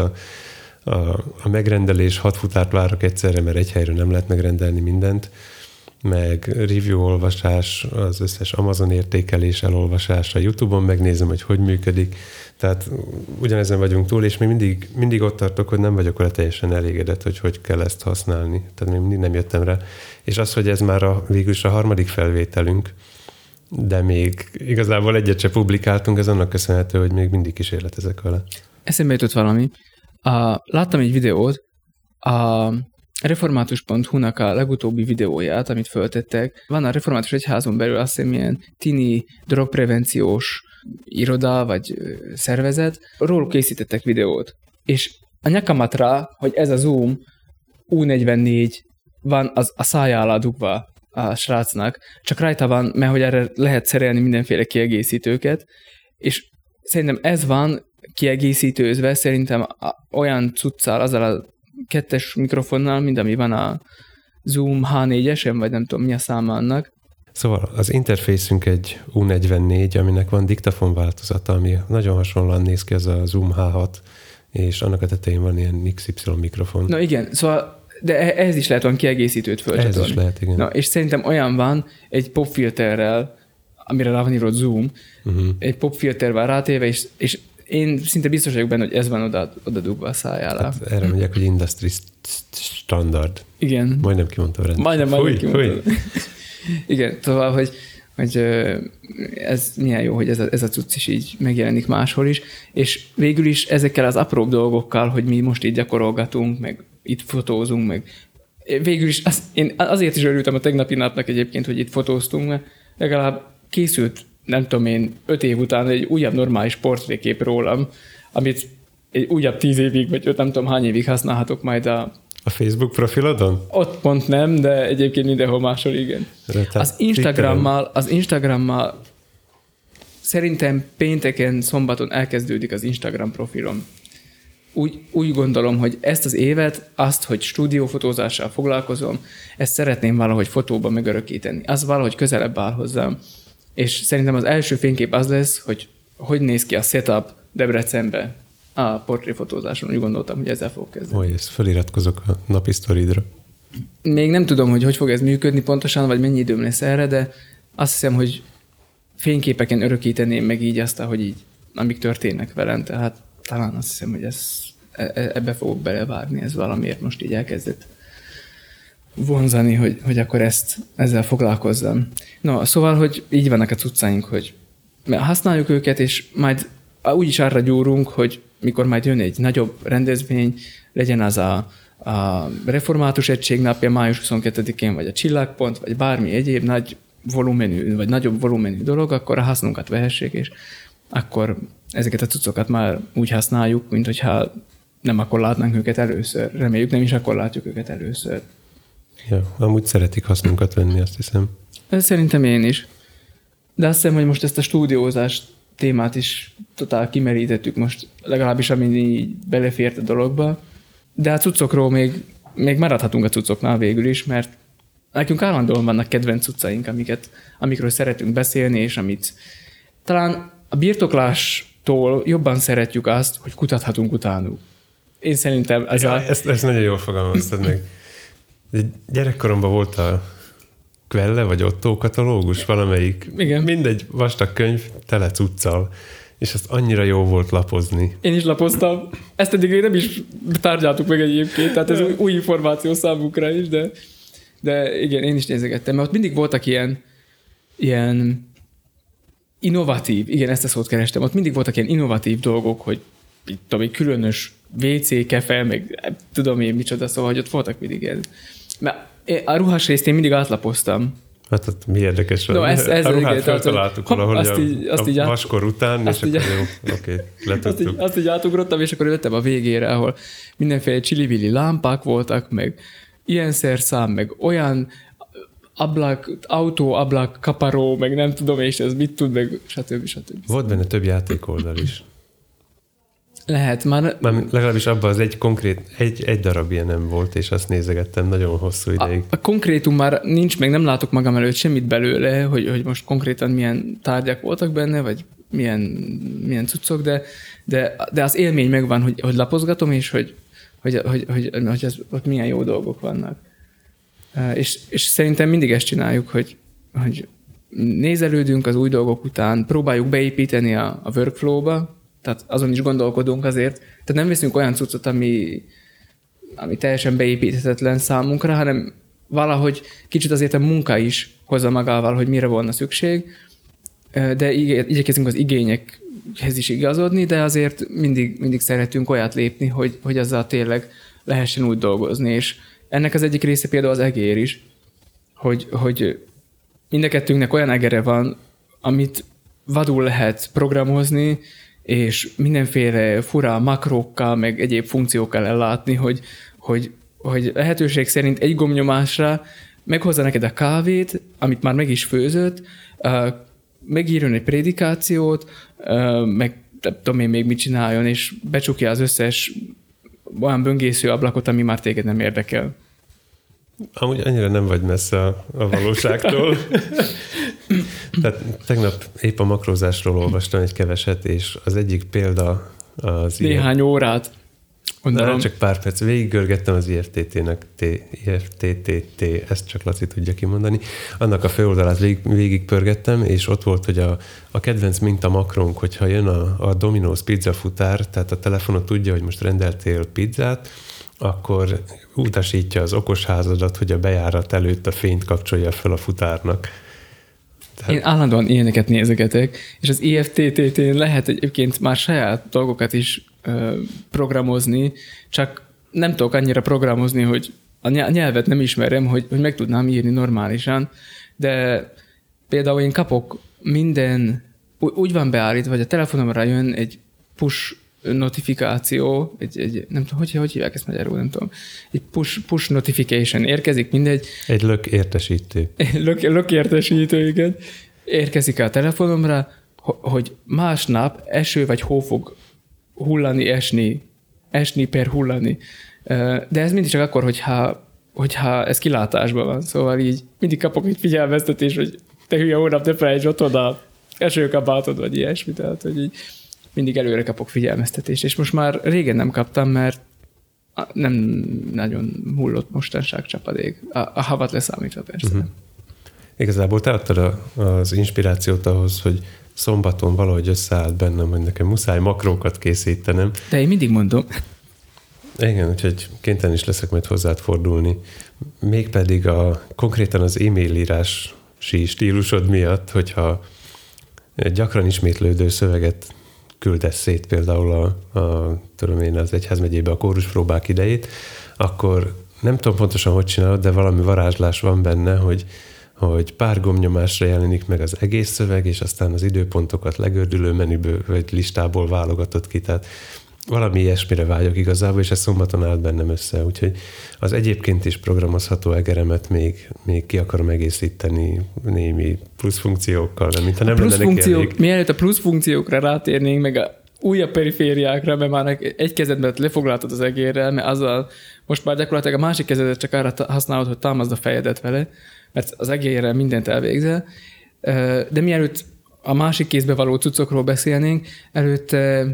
a megrendelés 6 futárt várok egyszerre, mert egy helyről nem lehet megrendelni mindent, meg review olvasás, az összes Amazon értékelés elolvasás, a YouTube-on megnézem, hogy működik, tehát ugyanezen vagyunk túl, és még mindig ott tartok, hogy nem vagyok vele teljesen elégedett, hogy kell ezt használni, tehát még mindig nem jöttem rá, és az, hogy ez már végülis a 3. felvételünk, de még igazából egyet se publikáltunk, ez annak köszönhető, hogy még mindig kísérletezek vele. Eszembe jutott valami. Láttam egy videót, a református.hu-nak a legutóbbi videóját, amit föltettek. Van a református egyházon belül azt hiszem ilyen tini drogprevenciós iroda vagy szervezet, róluk készítettek videót. És a nyakamat rá, hogy ez a Zoom U44 van a szája alá dugva a srácnak, csak rajta van, mert hogy erre lehet szerelni mindenféle kiegészítőket, és szerintem ez van kiegészítőzve, szerintem olyan cuccal, azzal a 2-es mikrofonnal, mint ami van a Zoom H4-esen, vagy nem tudom mi a száma annak. Szóval az interfészünk egy U44, aminek van diktafon változata, ami nagyon hasonlóan néz ki, az a Zoom H6, és annak a tetején van ilyen XY mikrofon. Na igen, szóval, de ehhez is lehet olyan kiegészítőt fölcsatolni. Ez is lehet, igen. Na, és szerintem olyan van egy popfilterrel, amire rá van írott Zoom, egy popfiltervel rátéve, és én szinte biztos vagyok benne, hogy ez van oda dugva a szájára. Hát erre mondják, hogy industry standard. Igen. Majdnem kimondtam rendesen. Majdnem kimondtam. Igen, szóval, hogy ez milyen jó, hogy ez a cucc is így megjelenik máshol is, és végül is ezekkel az apróbb dolgokkal, hogy mi most így gyakorolgatunk, meg itt fotózunk, meg végül is én azért is örültem a tegnapi napnak egyébként, hogy itt fotóztunk, mert legalább készült, nem tudom én, 5 év után egy újabb normális portrékép rólam, amit egy újabb 10 évig, vagy nem tudom hány évig használhatok majd a Facebook profilodon? Ott pont nem, de egyébként mindenhol máshol igen. Az Instagrammal szerintem pénteken, szombaton elkezdődik az Instagram profilom. Úgy gondolom, hogy ezt az évet, azt, hogy stúdiófotózással foglalkozom, ezt szeretném valahogy fotóba megörökíteni. Az valahogy közelebb áll hozzám. És szerintem az első fénykép az lesz, hogy néz ki a setup Debrecenbe a portréfotózáson. Úgy gondoltam, hogy ezzel fogok kezdeni. Majd ezt feliratkozok a napi sztoridra. Még nem tudom, hogy fog ez működni pontosan, vagy mennyi időm lesz erre, de azt hiszem, hogy fényképeken örökíteném meg így azt, hogy így, amik történnek velem. Tehát talán azt hiszem, hogy ebbe fogok belevágni, ez valamiért most így elkezdett vonzani, hogy akkor ezzel foglalkozzam. No, szóval, hogy így vannak a cuccaink, hogy használjuk őket, és majd úgyis arra gyúrunk, hogy mikor majd jön egy nagyobb rendezvény, legyen az a Református Egység napja május 22-én, vagy a Csillagpont, vagy bármi egyéb nagy volumenű, vagy nagyobb volumenű dolog, akkor a hasznunkat vehessék, és akkor ezeket a cuccokat már úgy használjuk, mint hogyha nem akkor látnánk őket először. Reméljük, nem is akkor látjuk őket először. Ja, amúgy szeretik hasznunkat venni, azt hiszem. Szerintem én is. De azt hiszem, hogy most ezt a stúdiózás témát is totál kimerítettük most, legalábbis ami belefért a dologba. De a cuccokról még maradhatunk a cuccoknál végül is, mert nekünk állandóan vannak kedvenc cuccaink, amikről szeretünk beszélni, és amit talán a birtoklástól jobban szeretjük azt, hogy kutathatunk utánuk. Én szerintem ezt nagyon jól fogalmaztad meg. Gyerekkoromban volt a Quelle vagy Otto katalógus, valamelyik. Igen. Mindegy vastag könyv tele cuccal, és azt annyira jó volt lapozni. Én is lapoztam. Ezt eddig nem is tárgyaltuk meg egyébként, tehát ez új információ számunkra is, de igen, én is nézegettem, mert ott mindig voltak ilyen innovatív, igen, ezt a szót kerestem, ott mindig voltak ilyen innovatív dolgok, hogy tudom, egy különös WC, kefe, meg tudom én micsoda, szóval, hogy ott voltak mindig ilyen. Mert a ruhás részt én mindig átlapoztam. Hát ott mi érdekes van. No, a ruhát feltaláltuk valahol a vaskor után, és akkor jó, oké, letudtuk. Azt így átugrottam, és akkor jöttem a végére, ahol mindenféle csili-vili lámpák voltak, meg ilyen szerszám, meg olyan ablak, autóablak, kaparó, meg nem tudom, és ez mit tud, meg stb. Volt benne több játékoldal is. Lehet már. Legalábbis abban az egy darab ilyen nem volt, és azt nézegettem nagyon hosszú ideig. A konkrétum már nincs, meg nem látok magam előtt semmit belőle, hogy most konkrétan milyen tárgyak voltak benne, vagy milyen cuccok, de az élmény megvan, hogy lapozgatom, és hogy ott milyen jó dolgok vannak. És szerintem mindig ezt csináljuk, hogy nézelődünk az új dolgok után, próbáljuk beépíteni a workflow-ba, tehát azon is gondolkodunk azért. Tehát nem veszünk olyan cuccot, ami teljesen beépíthetetlen számunkra, hanem valahogy kicsit azért a munka is hozza magával, hogy mire volna szükség, de igyekezünk az igényekhez is igazodni, de azért mindig szeretünk olyat lépni, hogy azzal tényleg lehessen úgy dolgozni. És ennek az egyik része például az egér is, hogy mind a kettőnknek olyan egere van, amit vadul lehet programozni, és mindenféle fura makrókkal, meg egyéb funkciókkal ellátni, hogy lehetőség szerint egy gombnyomásra meghozza neked a kávét, amit már meg is főzött, megírjon egy prédikációt, meg tudom én még mit csináljon, és becsukja az összes olyan böngésző ablakot, ami már téged nem érdekel. Amúgy annyira nem vagy messze a valóságtól. Tehát tegnap épp a makrózásról olvastam egy keveset, és az egyik példa az néhány órát. De csak pár perc. Végiggörgettem az IFTTT-nek, ezt csak Laci tudja kimondani. Annak a főoldalát végigpörgettem, és ott volt, hogy a kedvenc minta makrónk, hogyha jön a Domino's pizza futár, tehát a telefonot tudja, hogy most rendeltél pizzát, akkor utasítja az okosházadat, hogy a bejárat előtt a fényt kapcsolja fel a futárnak. Én állandóan ilyeneket nézegetek, és az IFTTT-n lehet egyébként már saját dolgokat is programozni, csak nem tudok annyira programozni, hogy a nyelvet nem ismerem, hogy meg tudnám írni normálisan, de például én kapok úgy van beállítva, hogy a telefonomra jön egy push notifikáció, nem tudom, hogy hívják ezt magyarul, nem tudom. Egy push notification érkezik, mindegy. Egy lökértesítő. Lökértesítő, igen. Érkezik a telefonomra, hogy másnap eső vagy hó fog hullani, esni per hullani. De ez mindig csak akkor, hogyha ez kilátásban van. Szóval így mindig kapok egy figyelmeztetés, hogy te hülye hónap, ne felejtsd otthon a esőkabátod, vagy ilyesmi. Tehát, hogy így mindig előre kapok figyelmeztetést. És most már régen nem kaptam, mert nem nagyon hullott mostanság csapadék. A havat leszámítva persze. Uh-huh. Igazából te adtad az inspirációt ahhoz, hogy szombaton valahogy összeállt bennem, hogy nekem muszáj makrókat készítenem. De én mindig mondom. Igen, úgyhogy kénytelen is leszek majd hozzád fordulni. Mégpedig konkrétan az e-mail írási stílusod miatt, hogyha gyakran ismétlődő szöveget küldesz szét például az egyházmegyébe a kóruspróbák idejét, akkor nem tudom pontosan, hogy csinálod, de valami varázslás van benne, hogy pár gombnyomásra jelenik meg az egész szöveg, és aztán az időpontokat legördülő menüből vagy listából válogatott ki. Tehát valami ilyesmire vágyok igazából, és ez szombaton állt bennem össze. Úgyhogy az egyébként is programozható egeremet még ki akarom egészíteni némi plusz funkciókkal, nem mintha nem lenne neki elég. Mielőtt a plusz funkciókra rátérnénk, meg a újabb perifériákra, mert már egy kezedben lefoglaltad az egérrel, mert azzal most már gyakorlatilag a másik kezedet csak arra használod, hogy támaszd a fejedet vele, mert az egérrel mindent elvégzel. De mielőtt a másik kézbe való cuccokról beszélnénk, előtt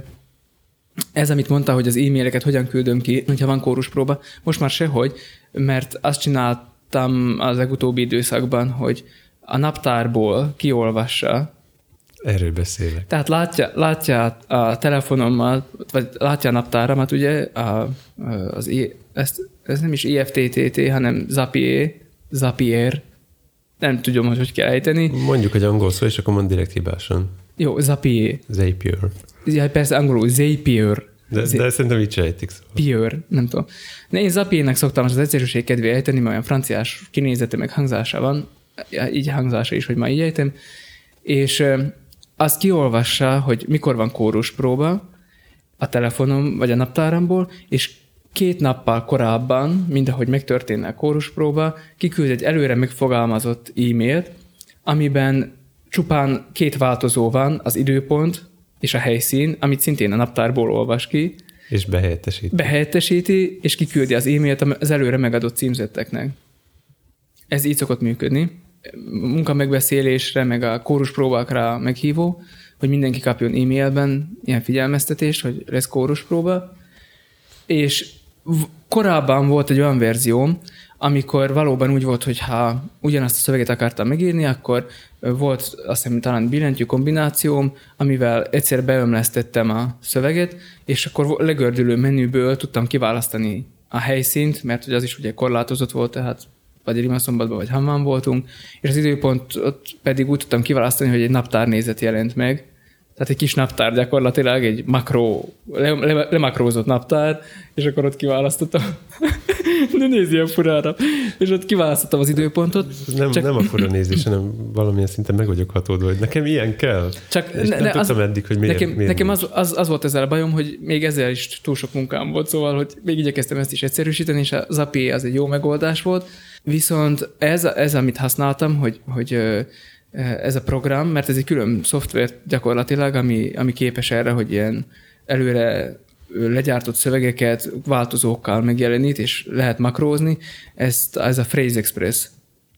ez, amit mondta, hogy az e-maileket hogyan küldöm ki, hogyha van kóruspróba, most már sehogy, mert azt csináltam az legutóbbi időszakban, hogy a naptárból kiolvassa. Erről beszélek. Tehát látja a telefonommal, vagy látja a naptáramat, ugye, ez nem is IFTTT, hanem Zapier. Nem tudom, hogy kell ejteni. Mondjuk, hogy angol szó, és akkor mond direkt hibásan. Jó, Zapier. Ja, persze angolul, Zapier. De szerintem így sejtik. Szóval. Pier, nem tudom. De én Zapiernek szoktam az egyszerűség kedvé ejteni, mert olyan franciás kinézete, meg hangzása van, így hangzása is, hogy ma így ejtem, és azt kiolvassa, hogy mikor van kóruspróba a telefonom, vagy a naptáramból, és 2 nappal korábban, mindahogy megtörténne a kóruspróba, kiküld egy előre megfogalmazott e-mailt, amiben csupán 2 változó van, az időpont és a helyszín, amit szintén a naptárból olvas ki. És behelyettesíti, és kiküldi az e-mailt az előre megadott címzetteknek. Ez így szokott működni. Munkamegbeszélésre, meg a kóruspróbákra meghívó, hogy mindenki kapjon e-mailben ilyen figyelmeztetést, hogy lesz kóruspróba. És korábban volt egy olyan verzióm, amikor valóban úgy volt, hogy ha ugyanazt a szöveget akartam megírni, akkor volt azt hiszem talán billentyű kombinációm, amivel egyszer beömlesztettem a szöveget, és akkor legördülő menüből tudtam kiválasztani a helyszínt, mert hogy az is ugye korlátozott volt, tehát vagy Rimaszombatban, vagy Hammán voltunk, és az időpontot pedig úgy tudtam kiválasztani, hogy egy naptárnézet jelent meg. Tehát egy kis naptár gyakorlatilag, egy makró, lemakrózott naptár, és akkor ott kiválasztottam. Ne nézz ilyen furára. És ott kiválasztottam az időpontot. Nem a fura nézés, hanem valamilyen szinten meg vagyok hatódva, hogy nekem ilyen kell. Nem tudtam eddig, hogy miért. Nekem az volt ezzel a bajom, hogy még ezzel is túl sok munkám volt, szóval, hogy még igyekeztem ezt is egyszerűsíteni, és a Zapier az egy jó megoldás volt. Viszont ez amit használtam, hogy ez a program, mert ez egy külön szoftver gyakorlatilag, ami képes erre, hogy ilyen előre legyártott szövegeket változókkal megjelenít, és lehet makrózni. Ez a Phrase Express.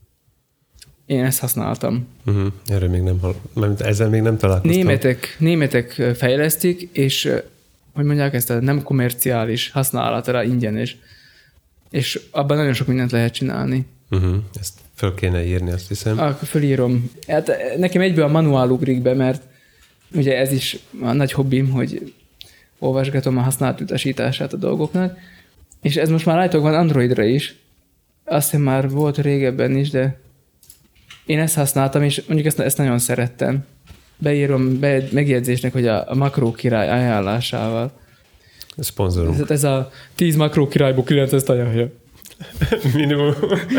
Én ezt használtam. Erről még nem ezzel még nem találkoztam. Németek fejlesztik, és hogy mondják ezt, a nem komerciális használatra ingyenes, és abban nagyon sok mindent lehet csinálni. Ezt föl kéne írni, azt hiszem. Fölírom. Hát nekem egyből a manuál ugrik be, mert ugye ez is a nagy hobbim, hogy olvasgatom a használat utasítását a dolgoknak, és ez most már állítólag van Androidra is. Azt hiszem már volt régebben is, de én ezt használtam, és mondjuk ezt nagyon szerettem. Beírom megjegyzésnek, hogy a makró király ajánlásával. Szponzorunk. Ez a 10 makró királyból 9 ezt ajánlja. Minimum.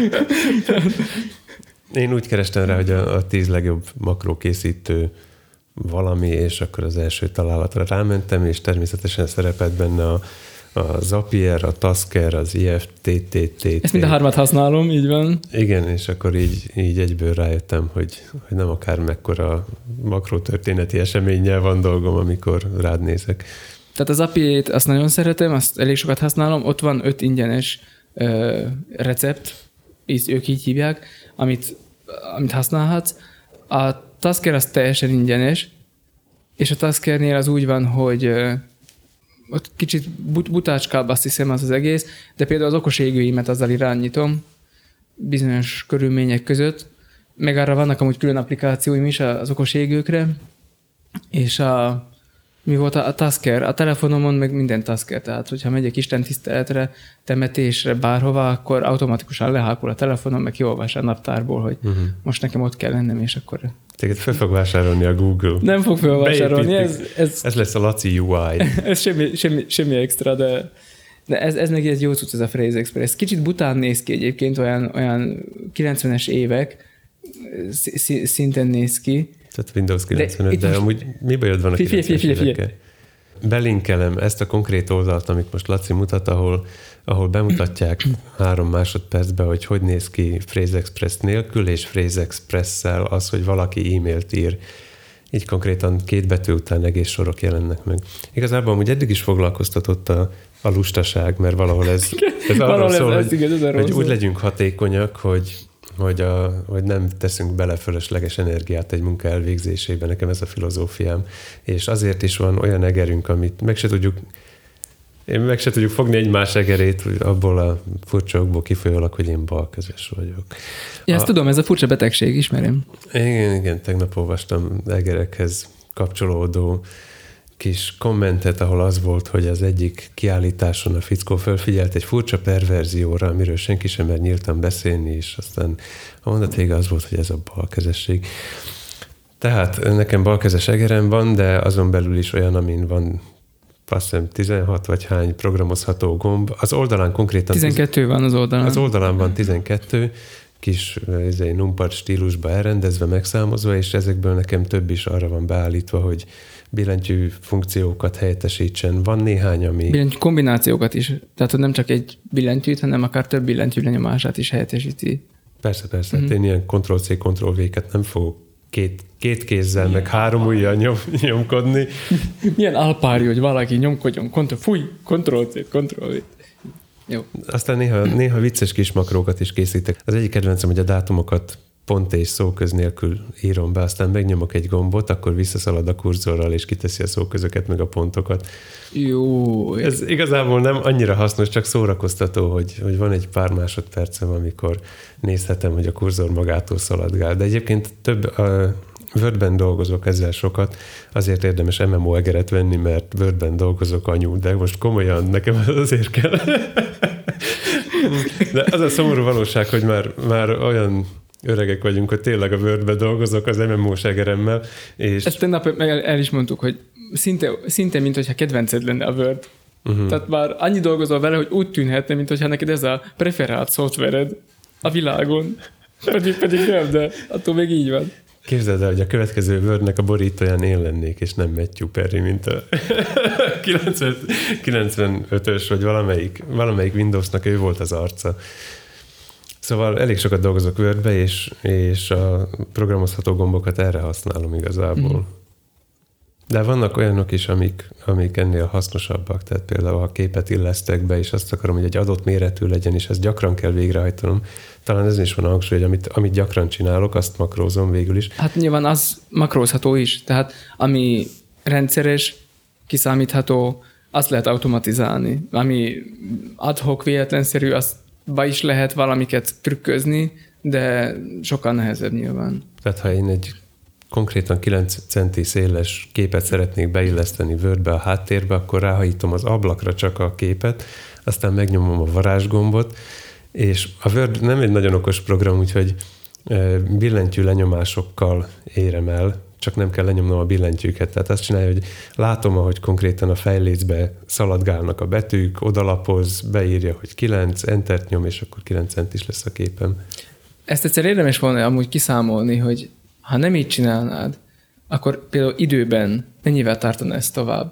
Én úgy kerestem rá, hogy a 10 legjobb makrókészítő valami, és akkor az első találatra rámentem, és természetesen szerepelt benne a Zapier, a Tasker, az IFTTT. Ezt mind a hármat használom, így van. Igen, és akkor így egyből rájöttem, hogy nem akár mekkora makrotörténeti eseménnyel van dolgom, amikor rád nézek. Tehát az API-t azt nagyon szeretem, azt elég sokat használom, ott van 5 ingyenes recept, ők így hívják, amit használhatsz. A Tasker az teljesen ingyenes, és a Taskernél az úgy van, hogy ott kicsit butácskább, azt hiszem, az egész, de például az okos égőimet azzal irányítom bizonyos körülmények között, meg arra vannak amúgy külön applikációim is az okos égőkre, és mi volt a Tasker? A telefonomon meg minden Tasker, tehát hogyha megyek istentiszteletre, temetésre, bárhova, akkor automatikusan lehákul a telefonom, meg kiolvas a naptárból, hogy most nekem ott kell lennem, és akkor... Téged fel fog vásárolni a Google. Nem fog felvásárolni. Ez lesz a Laci UI. Ez semmi extra, de ez meg egy jó cucc, ez a Phrase Express. Kicsit bután néz ki egyébként, olyan 90-es évek szinten néz ki. Tehát Windows 95, de amúgy mi bajod van a 90-es évekkel? Belinkelem ezt a konkrét oldalt, amit most Laci mutat, ahol bemutatják 3 másodpercben, hogy néz ki Phrase Express nélkül, és Phrase Express-szel az, hogy valaki e-mailt ír. Így konkrétan 2 betű után egész sorok jelennek meg. Igazából amúgy eddig is foglalkoztatott a lustaság, mert valahol ez arról szól, hogy úgy legyünk hatékonyak, hogy nem teszünk bele fölösleges energiát egy munka elvégzésébe. Nekem ez a filozófiám. És azért is van olyan egerünk, amit meg se tudjuk fogni egymás egerét, abból a furcsa okból kifolyólag, hogy én balkezes vagyok. Ja, ezt tudom, ez a furcsa betegség, ismerem. Igen, tegnap olvastam egerekhez kapcsolódó kis kommentet, ahol az volt, hogy az egyik kiállításon a fickó felfigyelt egy furcsa perverzióra, amiről senki sem mer nyíltan beszélni, és aztán a mondat vége az volt, hogy ez a balkezesség. Tehát nekem balkezes egerem van, de azon belül is olyan, amin van azt hiszem 16 vagy hány programozható gomb. Az oldalán konkrétan... 12 van az oldalán. Az oldalán van 12, kis numpad stílusba elrendezve, megszámozva, és ezekből nekem több is arra van beállítva, hogy billentyű funkciókat helyettesítsen. Van néhány, ami... Billentyű kombinációkat is. Tehát nem csak egy billentyűt, hanem akár több billentyű lenyomását is helyettesíti. Persze. Hát én ilyen Ctrl-C, Ctrl-V-ket nem fogok két kézzel, meg 3 ujjal nyomkodni. Milyen alpári, hogy valaki nyomkodjon, Ctrl-C, Ctrl-V. Jó. Aztán néha vicces kis makrókat is készítek. Az egyik kedvencem, hogy a dátumokat pont és szóköz nélkül írom be, aztán megnyomok egy gombot, akkor visszaszalad a kurzorral, és kiteszi a szóközöket, meg a pontokat. Jó. Ez igazából nem annyira hasznos, csak szórakoztató, hogy van egy pár másodpercem, amikor nézhetem, hogy a kurzor magától szaladgál. De egyébként több Wordben dolgozok ezzel sokat, azért érdemes MMO egeret venni, mert Wordben dolgozok anyu, de most komolyan nekem azért kell. De az a szomorú valóság, hogy már olyan öregek vagyunk, hogy tényleg a Wordben dolgozok az MMO-s egeremmel. És... Ezt tegnap el is mondtuk, hogy szinte mint hogyha kedvenced lenne a Word. Tehát már annyi dolgozol vele, hogy úgy tűnhetne, mint hogyha neked ez a preferált szoftvered a világon. Pedig nem, de attól még így van. Képzeld el, hogy a következő Wordnek a borítóján én lennék, és nem Matthew Perry, mint a 95-ös, vagy valamelyik Windowsnak ő volt az arca. Szóval elég sokat dolgozok Wordbe, és a programozható gombokat erre használom igazából. De vannak olyanok is, amik ennél hasznosabbak, tehát például ha képet illesztek be, és azt akarom, hogy egy adott méretű legyen, és ezt gyakran kell végrehajtanom. Talán ez is van a hangsúly, hogy amit gyakran csinálok, azt makrózom végül is. Hát nyilván az makrózható is, tehát ami rendszeres, kiszámítható, azt lehet automatizálni. Ami ad hoc véletlenszerű, azt be is lehet valamiket trükközni, de sokkal nehezebb nyilván. Tehát ha én egy konkrétan 9 centi széles képet szeretnék beilleszteni Wordbe a háttérbe, akkor ráhajítom az ablakra csak a képet, aztán megnyomom a varázsgombot, és a Word nem egy nagyon okos program, úgyhogy billentyű lenyomásokkal érem el, csak nem kell lenyomnom a billentyűket. Tehát azt csinálja, hogy látom, ahogy konkrétan a fejlécbe szaladgálnak a betűk, odalapoz, beírja, hogy 9, entert nyom, és akkor 9 centis lesz a képem. Ezt egyszer érdemes volna amúgy kiszámolni, hogy ha nem így csinálnád, akkor például időben mennyivel tartana ez tovább?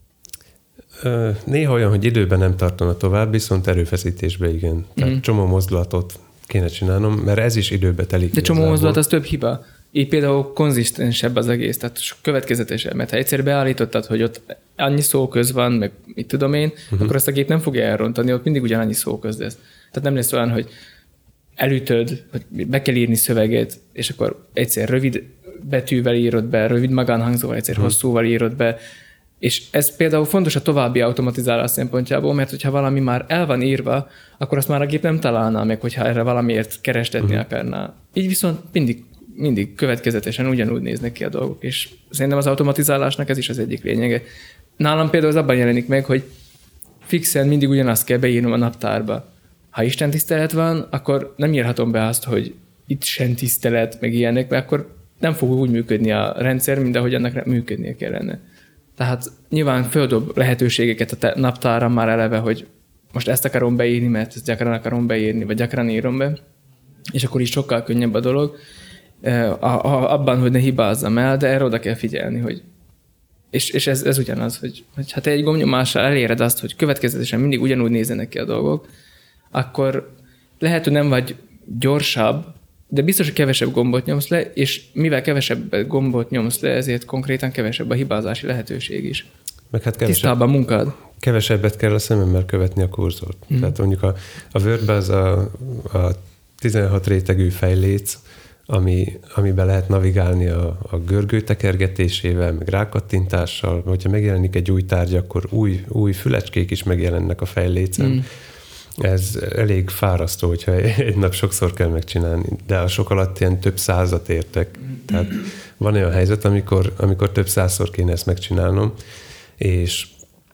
Néha olyan, hogy időben nem tartana tovább, viszont erőfeszítésbe igen. Tehát csomó mozdulatot kéne csinálnom, mert ez is időbe telik. De csomó mozdulat az több hiba. Így például konzisztensebb az egész, tehát következetesebb. Mert ha egyszer beállítottad, hogy ott annyi szóköz van, meg mit tudom én, akkor azt a gép nem fogja elrontani, ott mindig ugyanannyi szóköz lesz. Tehát nem lesz olyan, hogy elütöd, hogy be kell írni szöveget, és akkor egyszer rövid betűvel írod be, rövid magánhangzóval, egyszer hosszúval írod be. És ez például fontos a további automatizálás szempontjából, mert hogyha valami már el van írva, akkor azt már a gép nem találná meg, hogyha erre valamiért kerestetni akarná. Így viszont mindig következetesen ugyanúgy néznek ki a dolgok, és szerintem az automatizálásnak ez is az egyik lényege. Nálam például az abban jelenik meg, hogy fixen mindig ugyanazt kell beírnom a naptárba. Ha Isten tisztelet van, akkor nem írhatom be azt, hogy itt sem tisztelet, meg ilyenek, mert akkor nem fog úgy működni a rendszer, mint ahogy annak működnie kellene. Tehát nyilván földob lehetőségeket a naptára már eleve, hogy most ezt akarom beírni, mert ezt gyakran akarom beírni, vagy gyakran írom be, és akkor is sokkal könnyebb a dolog, abban, hogy ne hibázzam el, de erre oda kell figyelni, hogy és ez ugyanaz, hogy ha te egy gombnyomással eléred azt, hogy következetesen mindig ugyanúgy nézzenek ki a dolgok, akkor lehet, hogy nem vagy gyorsabb, de biztos, hogy kevesebb gombot nyomsz le, és mivel kevesebb gombot nyomsz le, ezért konkrétan kevesebb a hibázási lehetőség is. Meg hát tisztább a munkád. Kevesebbet kell a szememmel követni a kurzort. Tehát mondjuk a Wordben az a 16 rétegű fejléc, amiben lehet navigálni a görgő tekergetésével, meg rákattintással. Hogyha megjelenik egy új tárgy, akkor új fülecskék is megjelennek a fejlécen. Ez elég fárasztó, hogyha egy nap sokszor kell megcsinálni, de a sok alatt ilyen több százat értek. Tehát van olyan helyzet, amikor több százszor kéne ezt megcsinálnom, és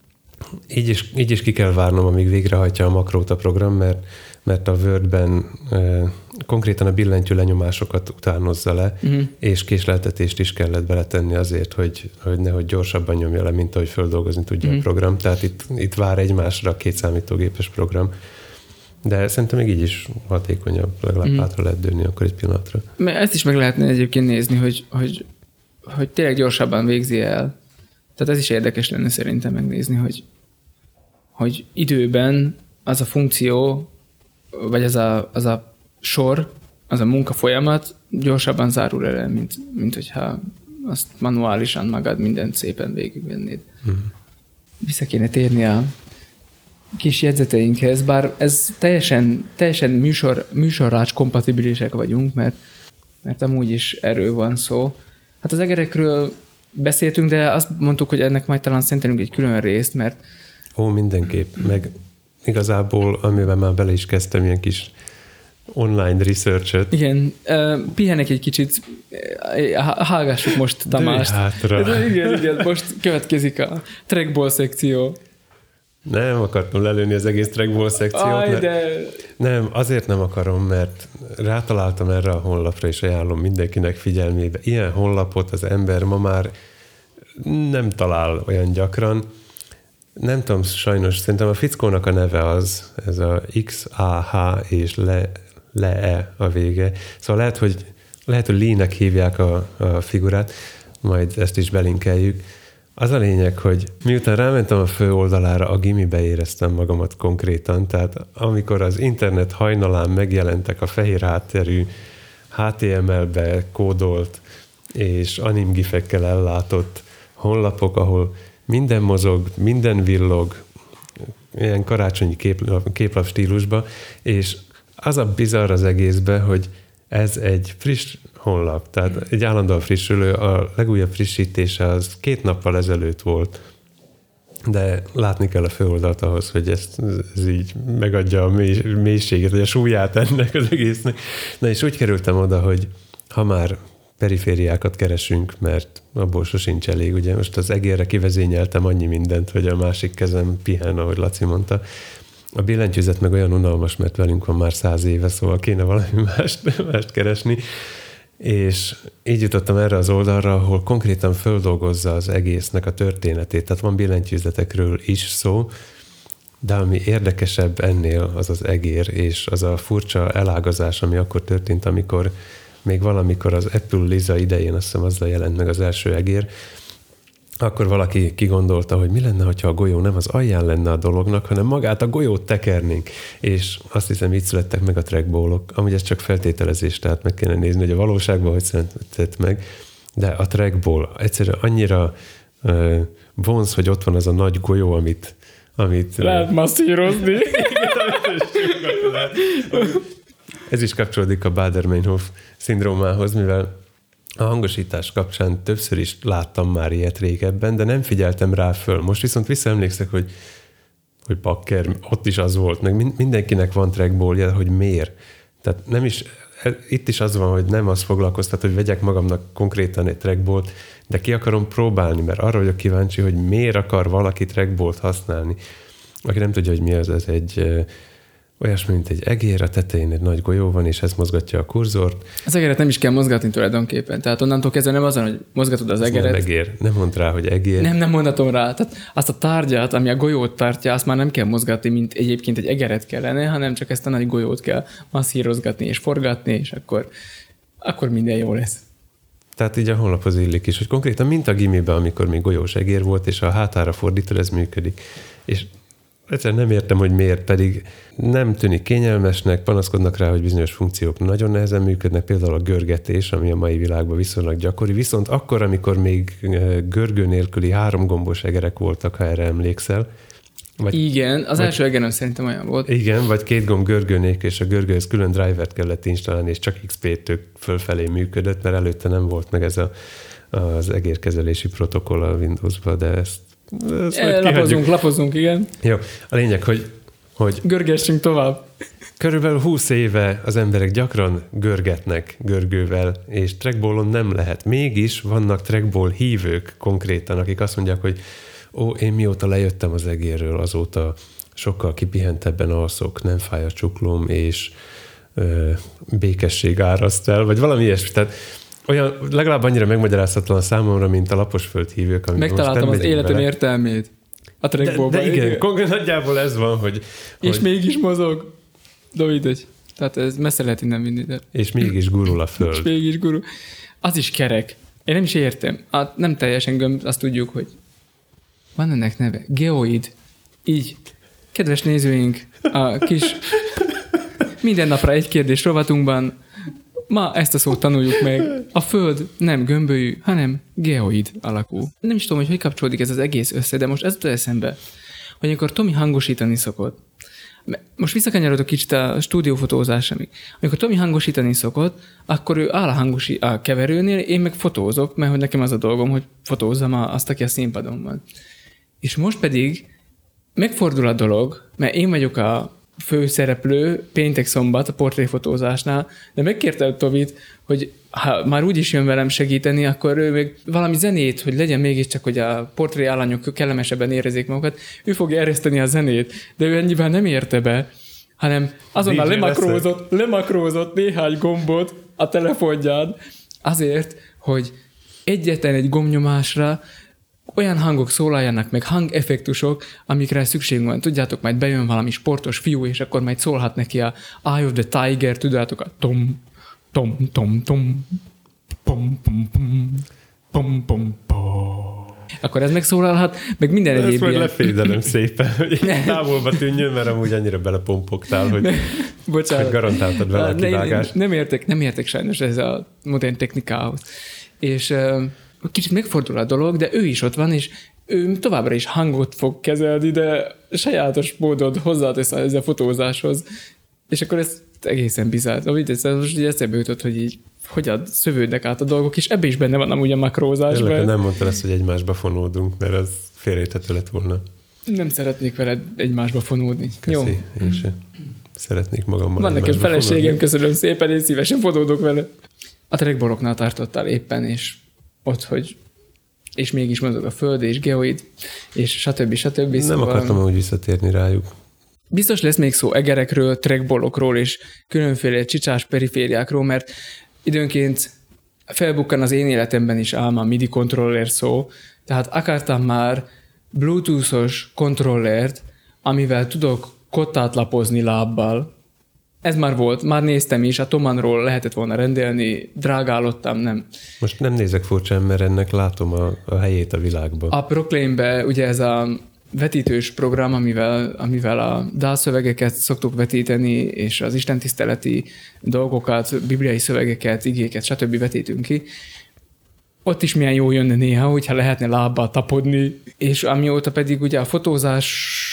így is ki kell várnom, amíg végrehajtja a makrót a program, mert a Wordben konkrétan a billentyű lenyomásokat utánozza le, és késleltetést is kellett beletenni azért, hogy nehogy gyorsabban nyomja le, mint ahogy földolgozni tudja a program. Tehát itt vár egymásra a két számítógépes program. De szerintem még így is hatékonyabb, legalább hátra lehet dőlni akkor egy pillanatra. Ezt is meg lehetne egyébként nézni, hogy tényleg gyorsabban végzi el. Tehát ez is érdekes lenne szerintem megnézni, hogy időben az a funkció, vagy az a sor, az a munkafolyamat gyorsabban zárul el, mint hogyha azt manuálisan magad mindent szépen végigvennéd. Vissza kéne térni a kis jegyzeteinkhez, bár ez teljesen műsorrács kompatibilisek vagyunk, mert amúgy is erről van szó. Hát az egerekről beszéltünk, de azt mondtuk, hogy ennek majd talán szentelünk egy külön részt, mert... Mindenképp, meg igazából, amiben már bele is kezdtem, ilyen kis online research-öt. Igen, pihenek egy kicsit, hallgassuk most Tamást. Igen, most következik a trackball szekció. Nem akartam lelőni az egész trackball szekciót. Nem, azért nem akarom, mert rátaláltam erre a honlapra, és ajánlom mindenkinek figyelmébe. Ilyen honlapot az ember ma már nem talál olyan gyakran. Nem tudom, sajnos, szerintem a fickónak a neve az, ez a XAH és le-e a vége. Szóval lehet, hogy Lee-nek hívják a figurát, majd ezt is belinkeljük. Az a lényeg, hogy miután rámentem a fő oldalára, a gimibe éreztem magamat konkrétan, tehát amikor az internet hajnalán megjelentek a fehér hátterű, HTML-be kódolt és animgifekkel ellátott honlapok, ahol minden mozog, minden villog, ilyen karácsonyi képlap stílusba, és az a bizarr az egészben, hogy ez egy friss honlap, tehát egy állandóan frissülő, a legújabb frissítése az 2 nappal ezelőtt volt. de látni kell a főoldalt ahhoz, hogy ez így megadja a mélységet, vagy a súlyát ennek az egésznek. Na és úgy kerültem oda, hogy ha már perifériákat keresünk, mert abból sosincs elég, ugye most az egérre kivezényeltem annyi mindent, hogy a másik kezem pihen, ahogy Laci mondta. A billentyűzet meg olyan unalmas, mert velünk van már 100 éve, szóval kéne valami mást keresni. És így jutottam erre az oldalra, ahol konkrétan földolgozza az egésznek a történetét. Tehát van billentyűzetekről is szó, de ami érdekesebb ennél az az egér, és az a furcsa elágazás, ami akkor történt, amikor még valamikor az Apple Lisa idején, azt hiszem azzal jelent meg az első egér, akkor valaki kigondolta, hogy mi lenne, ha a golyó nem az alján lenne a dolognak, hanem magát a golyót tekernénk. És azt hiszem, így születtek meg a trackballok. Amúgy ez csak feltételezés, tehát meg kéne nézni, hogy a valóságban hogy született meg. De a trackball egyszerűen annyira vonz, hogy ott van az a nagy golyó, amit lehet masszírozni. Ez is kapcsolódik a Baader-Meinhof szindrómához, mivel a hangosítás kapcsán többször is láttam már ilyet régebben, de nem figyeltem rá föl. Most viszont visszaemlékszek, hogy bakker, ott is az volt, meg mindenkinek van trackballja, hogy miért. Tehát nem is, itt is az van, hogy nem az foglalkoztat, hogy vegyek magamnak konkrétan egy trackballt, de ki akarom próbálni, mert arra vagyok kíváncsi, hogy miért akar valaki trackballt használni. Aki nem tudja, hogy mi az, ez egy olyasmi, mint egy egér, a tetején egy nagy golyó van, és ez mozgatja a kurzort. Az egeret nem is kell mozgatni tulajdonképpen. Tehát onnantól kezdve nem azon, hogy mozgatod az egeret. Nem egér. Nem mondd rá, hogy egér. Nem mondhatom rá. Tehát azt a tárgyat, ami a golyót tartja, azt már nem kell mozgatni, mint egyébként egy egeret kellene, hanem csak ezt a nagy golyót kell masszírozgatni és forgatni, és akkor minden jó lesz. Tehát így a honlaphoz illik is, hogy konkrétan mint a gimiben, amikor még golyós egér volt, és a hátára fordítod, ez működik. És egyszerűen nem értem, hogy miért, pedig nem tűnik kényelmesnek, panaszkodnak rá, hogy bizonyos funkciók nagyon nehezen működnek, például a görgetés, ami a mai világban viszonylag gyakori, viszont akkor, amikor még görgő nélküli 3 gombos egerek voltak, ha erre emlékszel. Igen, az első egeren szerintem olyan volt. Igen, vagy 2 gomb görgő nélkül, és a görgőhöz külön drivert kellett installálni, és csak XP-től fölfelé működött, mert előtte nem volt meg ez az egérkezelési protokoll a Windowsban, de ezt Lapozzunk, igen. Jó, a lényeg, hogy görgessünk tovább. Körülbelül 20 éve az emberek gyakran görgetnek görgővel, és trackballon nem lehet. Mégis vannak trackball hívők konkrétan, akik azt mondják, hogy én mióta lejöttem az egérről, azóta sokkal kipihentebben alszok, nem fáj a csuklóm, és békesség áraszt el, vagy valami ilyesmi. Tehát olyan legalább annyira megmagyarázhatatlan számomra, mint a laposföld hívők. Megtaláltam az életem értelmét a trackballban. De igen, nagyjából ez van, hogy... És mégis mozog. Dovidegy. Tehát ez messze lehet innen vinni. De... És mégis gurul a föld. És mégis gurul. Az is kerek. Én nem is értem. Nem teljesen gömb, azt tudjuk, hogy van ennek neve. Geoid. Így. Kedves nézőink, a kis minden napra egy kérdés rovatunkban ma ezt a szót tanuljuk meg. A Föld nem gömbölyű, hanem geoid alakú. Nem is tudom, hogy kapcsolódik ez az egész össze, de most ez jut eszembe, hogy amikor Tomi hangosítani szokott, most visszakanyarodok kicsit a stúdiófotózásomig. Amikor Tomi hangosítani szokott, akkor ő áll a keverőnél, én meg fotózok, mert hogy nekem az a dolgom, hogy fotózzam azt, aki a színpadon van. És most pedig megfordul a dolog, mert én vagyok a főszereplő péntek-szombat a portréfotózásnál, de megkértem Tovit, hogy ha már úgyis jön velem segíteni, akkor ő még valami zenét, hogy legyen mégiscsak, hogy a portré állányok kellemesebben érezzék magukat, ő fogja ereszteni a zenét, de ő ennyiben nem érte be, hanem azonnal lemakrózott néhány gombot a telefonján azért, hogy egyetlen egy gombnyomásra olyan hangok szólaljanak meg, hangeffektusok, amikre szükségünk van. Tudjátok, majd bejön valami sportos fiú, és akkor majd szólhat neki a Eye of the Tiger, tudjátok, a tom, tom, tom, tom, pom, pom, pom, pom, pom, pom. Akkor ez megszólalhat, meg minden egyéb ilyen. Ezt majd lefédelem szépen, hogy távolba tűnjön, mert amúgy annyira belepompogtál, hogy garantáltad vele a kivágást. Nem értek sajnos ez a modern technikához. És kicsit megfordul a dolog, de ő is ott van, és ő továbbra is hangot fog kezelni, de sajátos módon hozzátesz a fotózáshoz. És akkor ez egészen bizarr. Ez most így eszembe jutott, hogy így hogyan szövődnek át a dolgok, és ebbe is benne van amúgy a makrózás. Nem mondtad ezt, hogy egymásba fonódunk, mert az félreérthető lett volna. Nem szeretnék veled egymásba fonódni. Köszi, jó? Én sem. Szeretnék magammal. Van nekem feleségem, fonódni. Köszönöm szépen, én szívesen fonódok vele. A trackballoknál tartottál éppen, és ott, hogy és mégis mozog a föld, és geoid, és stb. Nem szóval akartam úgy visszatérni rájuk. Biztos lesz még szó egerekről, trackballokról, és különféle csicsás perifériákról, mert időnként felbukkan az én életemben is ám a MIDI kontroller szó, tehát akartam már Bluetooth-os kontrollert, amivel tudok kottát lapozni lábbal. Ez már volt, már néztem is, a Thomanról lehetett volna rendelni, drágálottam, nem. Most nem nézek furcsán, mert ennek látom a helyét a világban. A Proclaimbe ugye ez a vetítős program, amivel a dalszövegeket szoktuk vetíteni, és az istentiszteleti dolgokat, bibliai szövegeket, igéket, stb. Vetítünk ki. Ott is milyen jó jönne néha, hogyha lehetne lábbal tapodni, és amióta pedig ugye a fotózás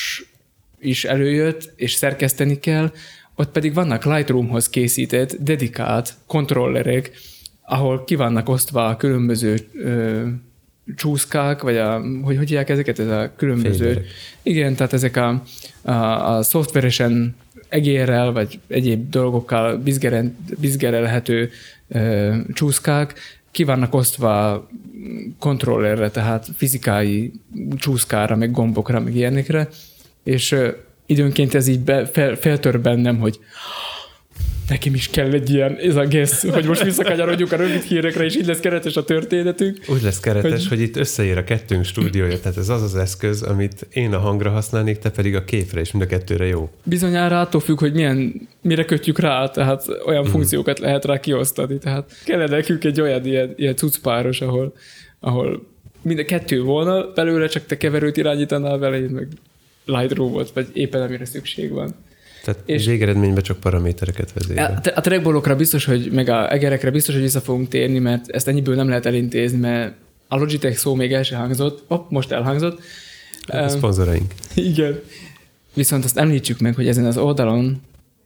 is előjött, és szerkeszteni kell, ott pedig vannak Lightroomhoz készített, dedikált kontrollerek, ahol ki vannak osztva a különböző csúszkák, vagy hogy hívják ezeket, ez a különböző... Fényerek. Igen, tehát ezek a szoftveresen egérrel, vagy egyéb dolgokkal bizgerelhető csúszkák, ki vannak osztva kontrollerre, tehát fizikai csúszkára, meg gombokra, meg ilyenekre, és időnként ez így feltör bennem, hogy nekem is kell egy ilyen, ez a guess, hogy most visszakanyarodjuk a rövid hírekre, és így lesz keretes a történetünk. Úgy lesz keretes, hogy itt összeér a kettőnk stúdiója, tehát ez az az eszköz, amit én a hangra használnék, te pedig a képre, és mind a kettőre jó. Bizonyára attól függ, hogy mire kötjük rá, tehát olyan funkciókat lehet rá kiosztani, tehát kellene nekünk egy olyan ilyen cuccpáros, ahol mind a kettő volna belőle, csak te keverőt irányítanál vele, én meg Lightroom-ot, vagy éppen amire szükség van. Tehát és végeredményben csak paramétereket vezérel. A trackballokra biztos, hogy meg a egerekre biztos, hogy vissza fogunk térni, mert ezt ennyiből nem lehet elintézni, mert a Logitech szó még el sem hangzott. Most elhangzott. A szponzoraink. Igen. Viszont azt említsük meg, hogy ezen az oldalon,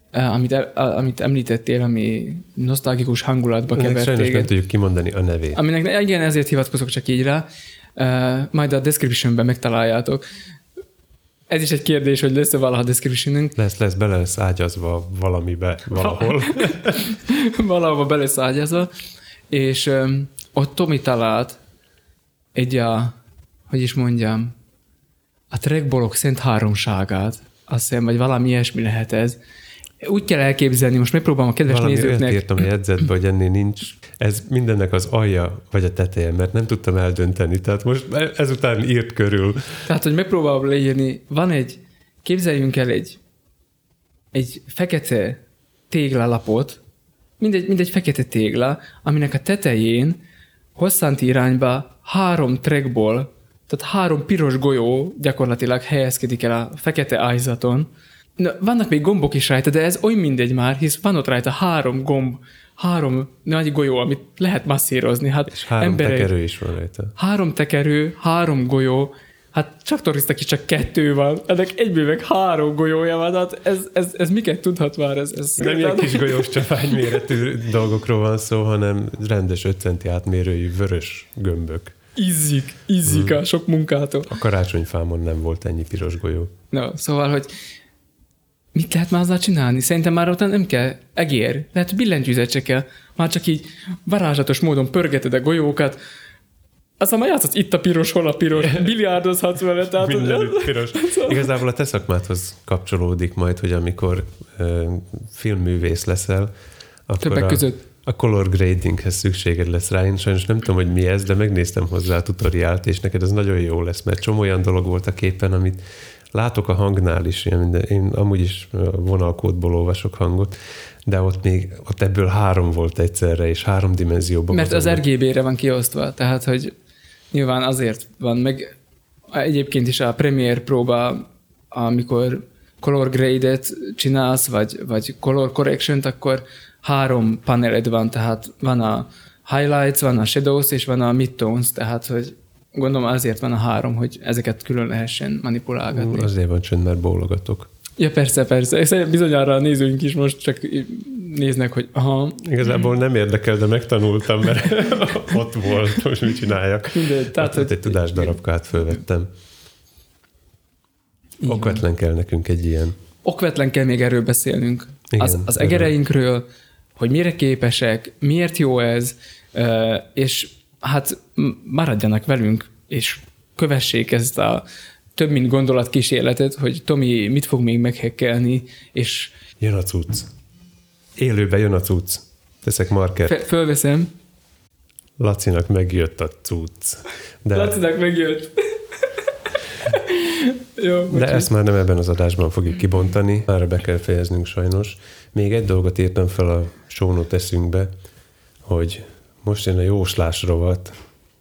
amit említettél, ami nosztalgikus hangulatba kevert téged. Sajnos nem tudjuk kimondani a nevét. Aminek igen, ezért hivatkozok csak így rá. Majd a descriptionben megtaláljátok. Ez is egy kérdés, hogy lesz-e valaha descriptionünk. Lesz, bele lesz ágyazva valamibe, valahol. Valahol be lesz ágyazva. És ott Tomi talált hogy is mondjam, a trackballok szent háromságát. Azt hiszem, vagy valami ilyesmi lehet ez. Úgy kell elképzelni, most megpróbálom a kedves nézőknek. Valami írtam a jegyzetbe, hogy ennél nincs. Ez mindennek az alja vagy a teteje, mert nem tudtam eldönteni. Tehát most ezután írt körül. Tehát, hogy megpróbálom leírni, képzeljünk el egy fekete téglalapot, mindegy fekete tégla, aminek a tetején hosszanti irányba 3 trackball, tehát 3 piros golyó gyakorlatilag helyezkedik el a fekete ájzaton. Na, vannak még gombok is rajta, de ez olyan mindegy már, hisz van ott rajta 3 gomb, 3 nagy golyó, amit lehet masszírozni. Hát és 3 tekerő is van rajta. 3 tekerő, 3 golyó, hát traktorisztak is csak 2 van, ennek egyből meg 3 golyója van, hát ez miket tudhat már? Ez nem ilyen kis golyós csapányméretű dolgokról van szó, hanem rendes 5 centi átmérőjű vörös gömbök. Izzik a sok munkától. A karácsonyfámon nem volt ennyi piros golyó. Na, szóval, hogy mit lehet már azzal csinálni? Szerintem már ott nem kell egér, lehet billentyűzet se kell. Már csak így varázslatos módon pörgeted a golyókat, aztán már játszhatsz itt a piros, hol a piros, biliárdozhatsz vele. Tehát mindenütt piros. Igazából a te szakmádhoz kapcsolódik majd, hogy amikor filmművész leszel, akkor a color gradinghez szükséged lesz rá. Én sajnos nem tudom, hogy mi ez, de megnéztem hozzá a tutoriált, és neked ez nagyon jó lesz, mert csomó olyan dolog volt a képen, amit látok a hangnál is, én amúgy is vonalkódból olvasok hangot, de ott ebből 3 volt egyszerre, és 3 dimenzióban. Mert az RGB-re van kiosztva, tehát, hogy nyilván azért van, meg egyébként is a Premiere Pro-ba, amikor color grade-et csinálsz, vagy color correction-t, akkor 3 paneled van, tehát van a highlights, van a shadows, és van a midtones, tehát, hogy gondolom azért van a 3, hogy ezeket külön lehessen manipulálgatni. Azért van csönd, mert bólogatok. Ja, persze. Bizonyára a nézőink is most csak néznek, hogy aha. Igazából nem érdekel, de megtanultam, mert ott volt, most mit csináljak. Tehát egy tudásdarabkát fölvettem. Okvetlen kell nekünk egy ilyen. Okvetlen kell még erről beszélnünk. Igen, az egereinkről, hogy mire képesek, miért jó ez, és hát maradjanak velünk, és kövessék ezt a több mint gondolatkísérletet, hogy Tomi mit fog még meghekkelni, és... Jön a cucc. Élőben jön a cucc. Teszek markert. Fölveszem. Lacinak megjött a cucc. Lacinak megjött. Jó, de ezt már nem ebben az adásban fogjuk kibontani. Már be kell fejeznünk sajnos. Még egy dolgot írtam fel a show note eszünkbe, hogy most jön a jóslás rovat.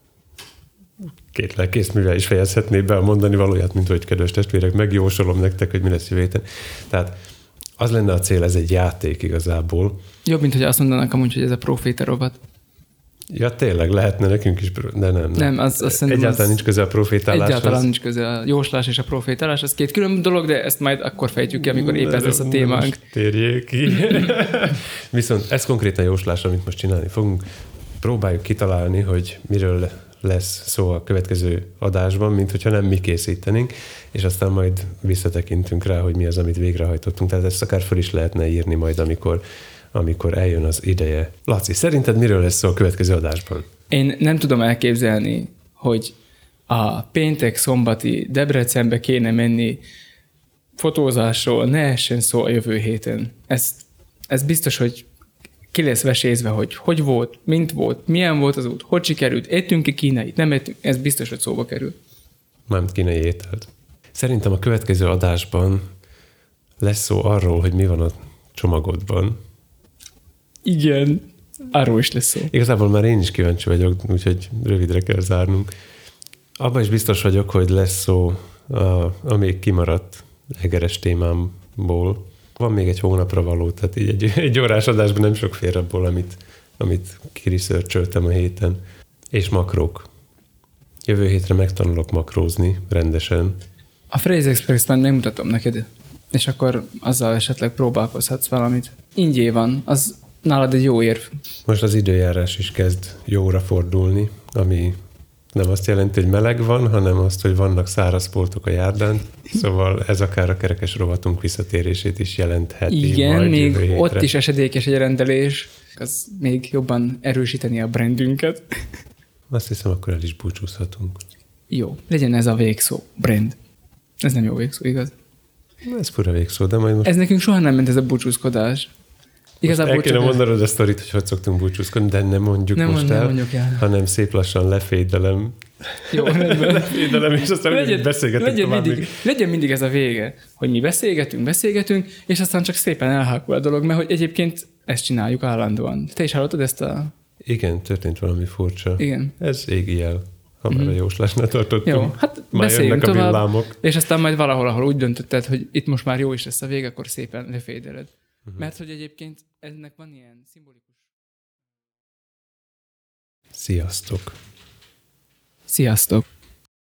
Két lelkészművel is fejezhetné be a mondani valóját, mint hogy kedves testvérek, megjósolom nektek, hogy mi lesz jövő héten. Tehát az lenne a cél, ez egy játék igazából. Jobb, mint hogy azt mondanak amúgy, hogy ez a proféta rovat. Ja, tényleg, lehetne nekünk is, de nem. Nem, azt egyáltalán nincs köze a profétáláshoz. Egyáltalán nincs köze a jóslás és a profétálás, az két külön dolog, de ezt majd akkor fejtjük ki, amikor épp ez lesz a témánk. Most térjék ki. Viszont ez konkrétan jóslás, amit most csinálni fogunk. Próbáljuk kitalálni, hogy miről lesz szó a következő adásban, mint hogyha nem mi készítenénk, és aztán majd visszatekintünk rá, hogy mi az, amit végrehajtottunk. Tehát ezt akár fel is lehetne írni majd, amikor eljön az ideje. Laci, szerinted miről lesz szó a következő adásban? Én nem tudom elképzelni, hogy a péntek-szombati Debrecenbe kéne menni fotózásról, ne essen szó a jövő héten. Ez biztos, hogy ki lesz vesézve, hogy volt, mint volt, milyen volt az út, hogy sikerült, ettünk-e kínait, nem ettünk, ez biztos, hogy szóba kerül. Mármint kínai ételt. Szerintem a következő adásban lesz szó arról, hogy mi van a csomagodban. Igen, arról is lesz szó. Igazából már én is kíváncsi vagyok, úgyhogy rövidre kell zárnunk. Abban is biztos vagyok, hogy lesz szó a még kimaradt egeres témámból. Van még egy hónapra való, tehát így egy órás adásban nem sok fér abból, amit kiriszörcsöltem a héten. És makrók. Jövő hétre megtanulok makrózni rendesen. A Phrase Express-ben megmutatom neked, és akkor azzal esetleg próbálkozhatsz valamit. Ingyé van, az nálad egy jó érv. Most az időjárás is kezd jóra fordulni, ami nem azt jelenti, hogy meleg van, hanem azt, hogy vannak száraz poltok a járdán, szóval ez akár a kerekes rovatunk visszatérését is jelentheti. Igen, majd még ott is esedékes egy rendelés, az még jobban erősíteni a brandünket. Azt hiszem, akkor el is búcsúzhatunk. Jó, legyen ez a végszó, brand. Ez nem jó végszó, igaz? Ez fura végszó, de majd most... Ez nekünk soha nem ment ez a búcsúzkodás. Igazából el kéne mondanod a sztorit, hogy szoktunk búcsúzkodni, de nem mondjuk most el, hanem szép lassan lefédelem. Jó, lefédelem, és aztán beszélgetünk tovább. Legyen mindig ez a vége, hogy mi beszélgetünk, és aztán csak szépen elhákul a dolog, mert hogy egyébként ezt csináljuk állandóan. Te is hallottad ezt a... Igen, történt valami furcsa. Igen. Ez égi jel. Ha már a jóslásnál tartottunk. Jó, hát beszéljünk tovább, villámok. És aztán majd valahol, ahol úgy döntötted, hogy itt most már jó is lesz a vége, akkor szépen lefédeled. Mert hogy egyébként ennek van ilyen szimbolikus... Sziasztok! Sziasztok!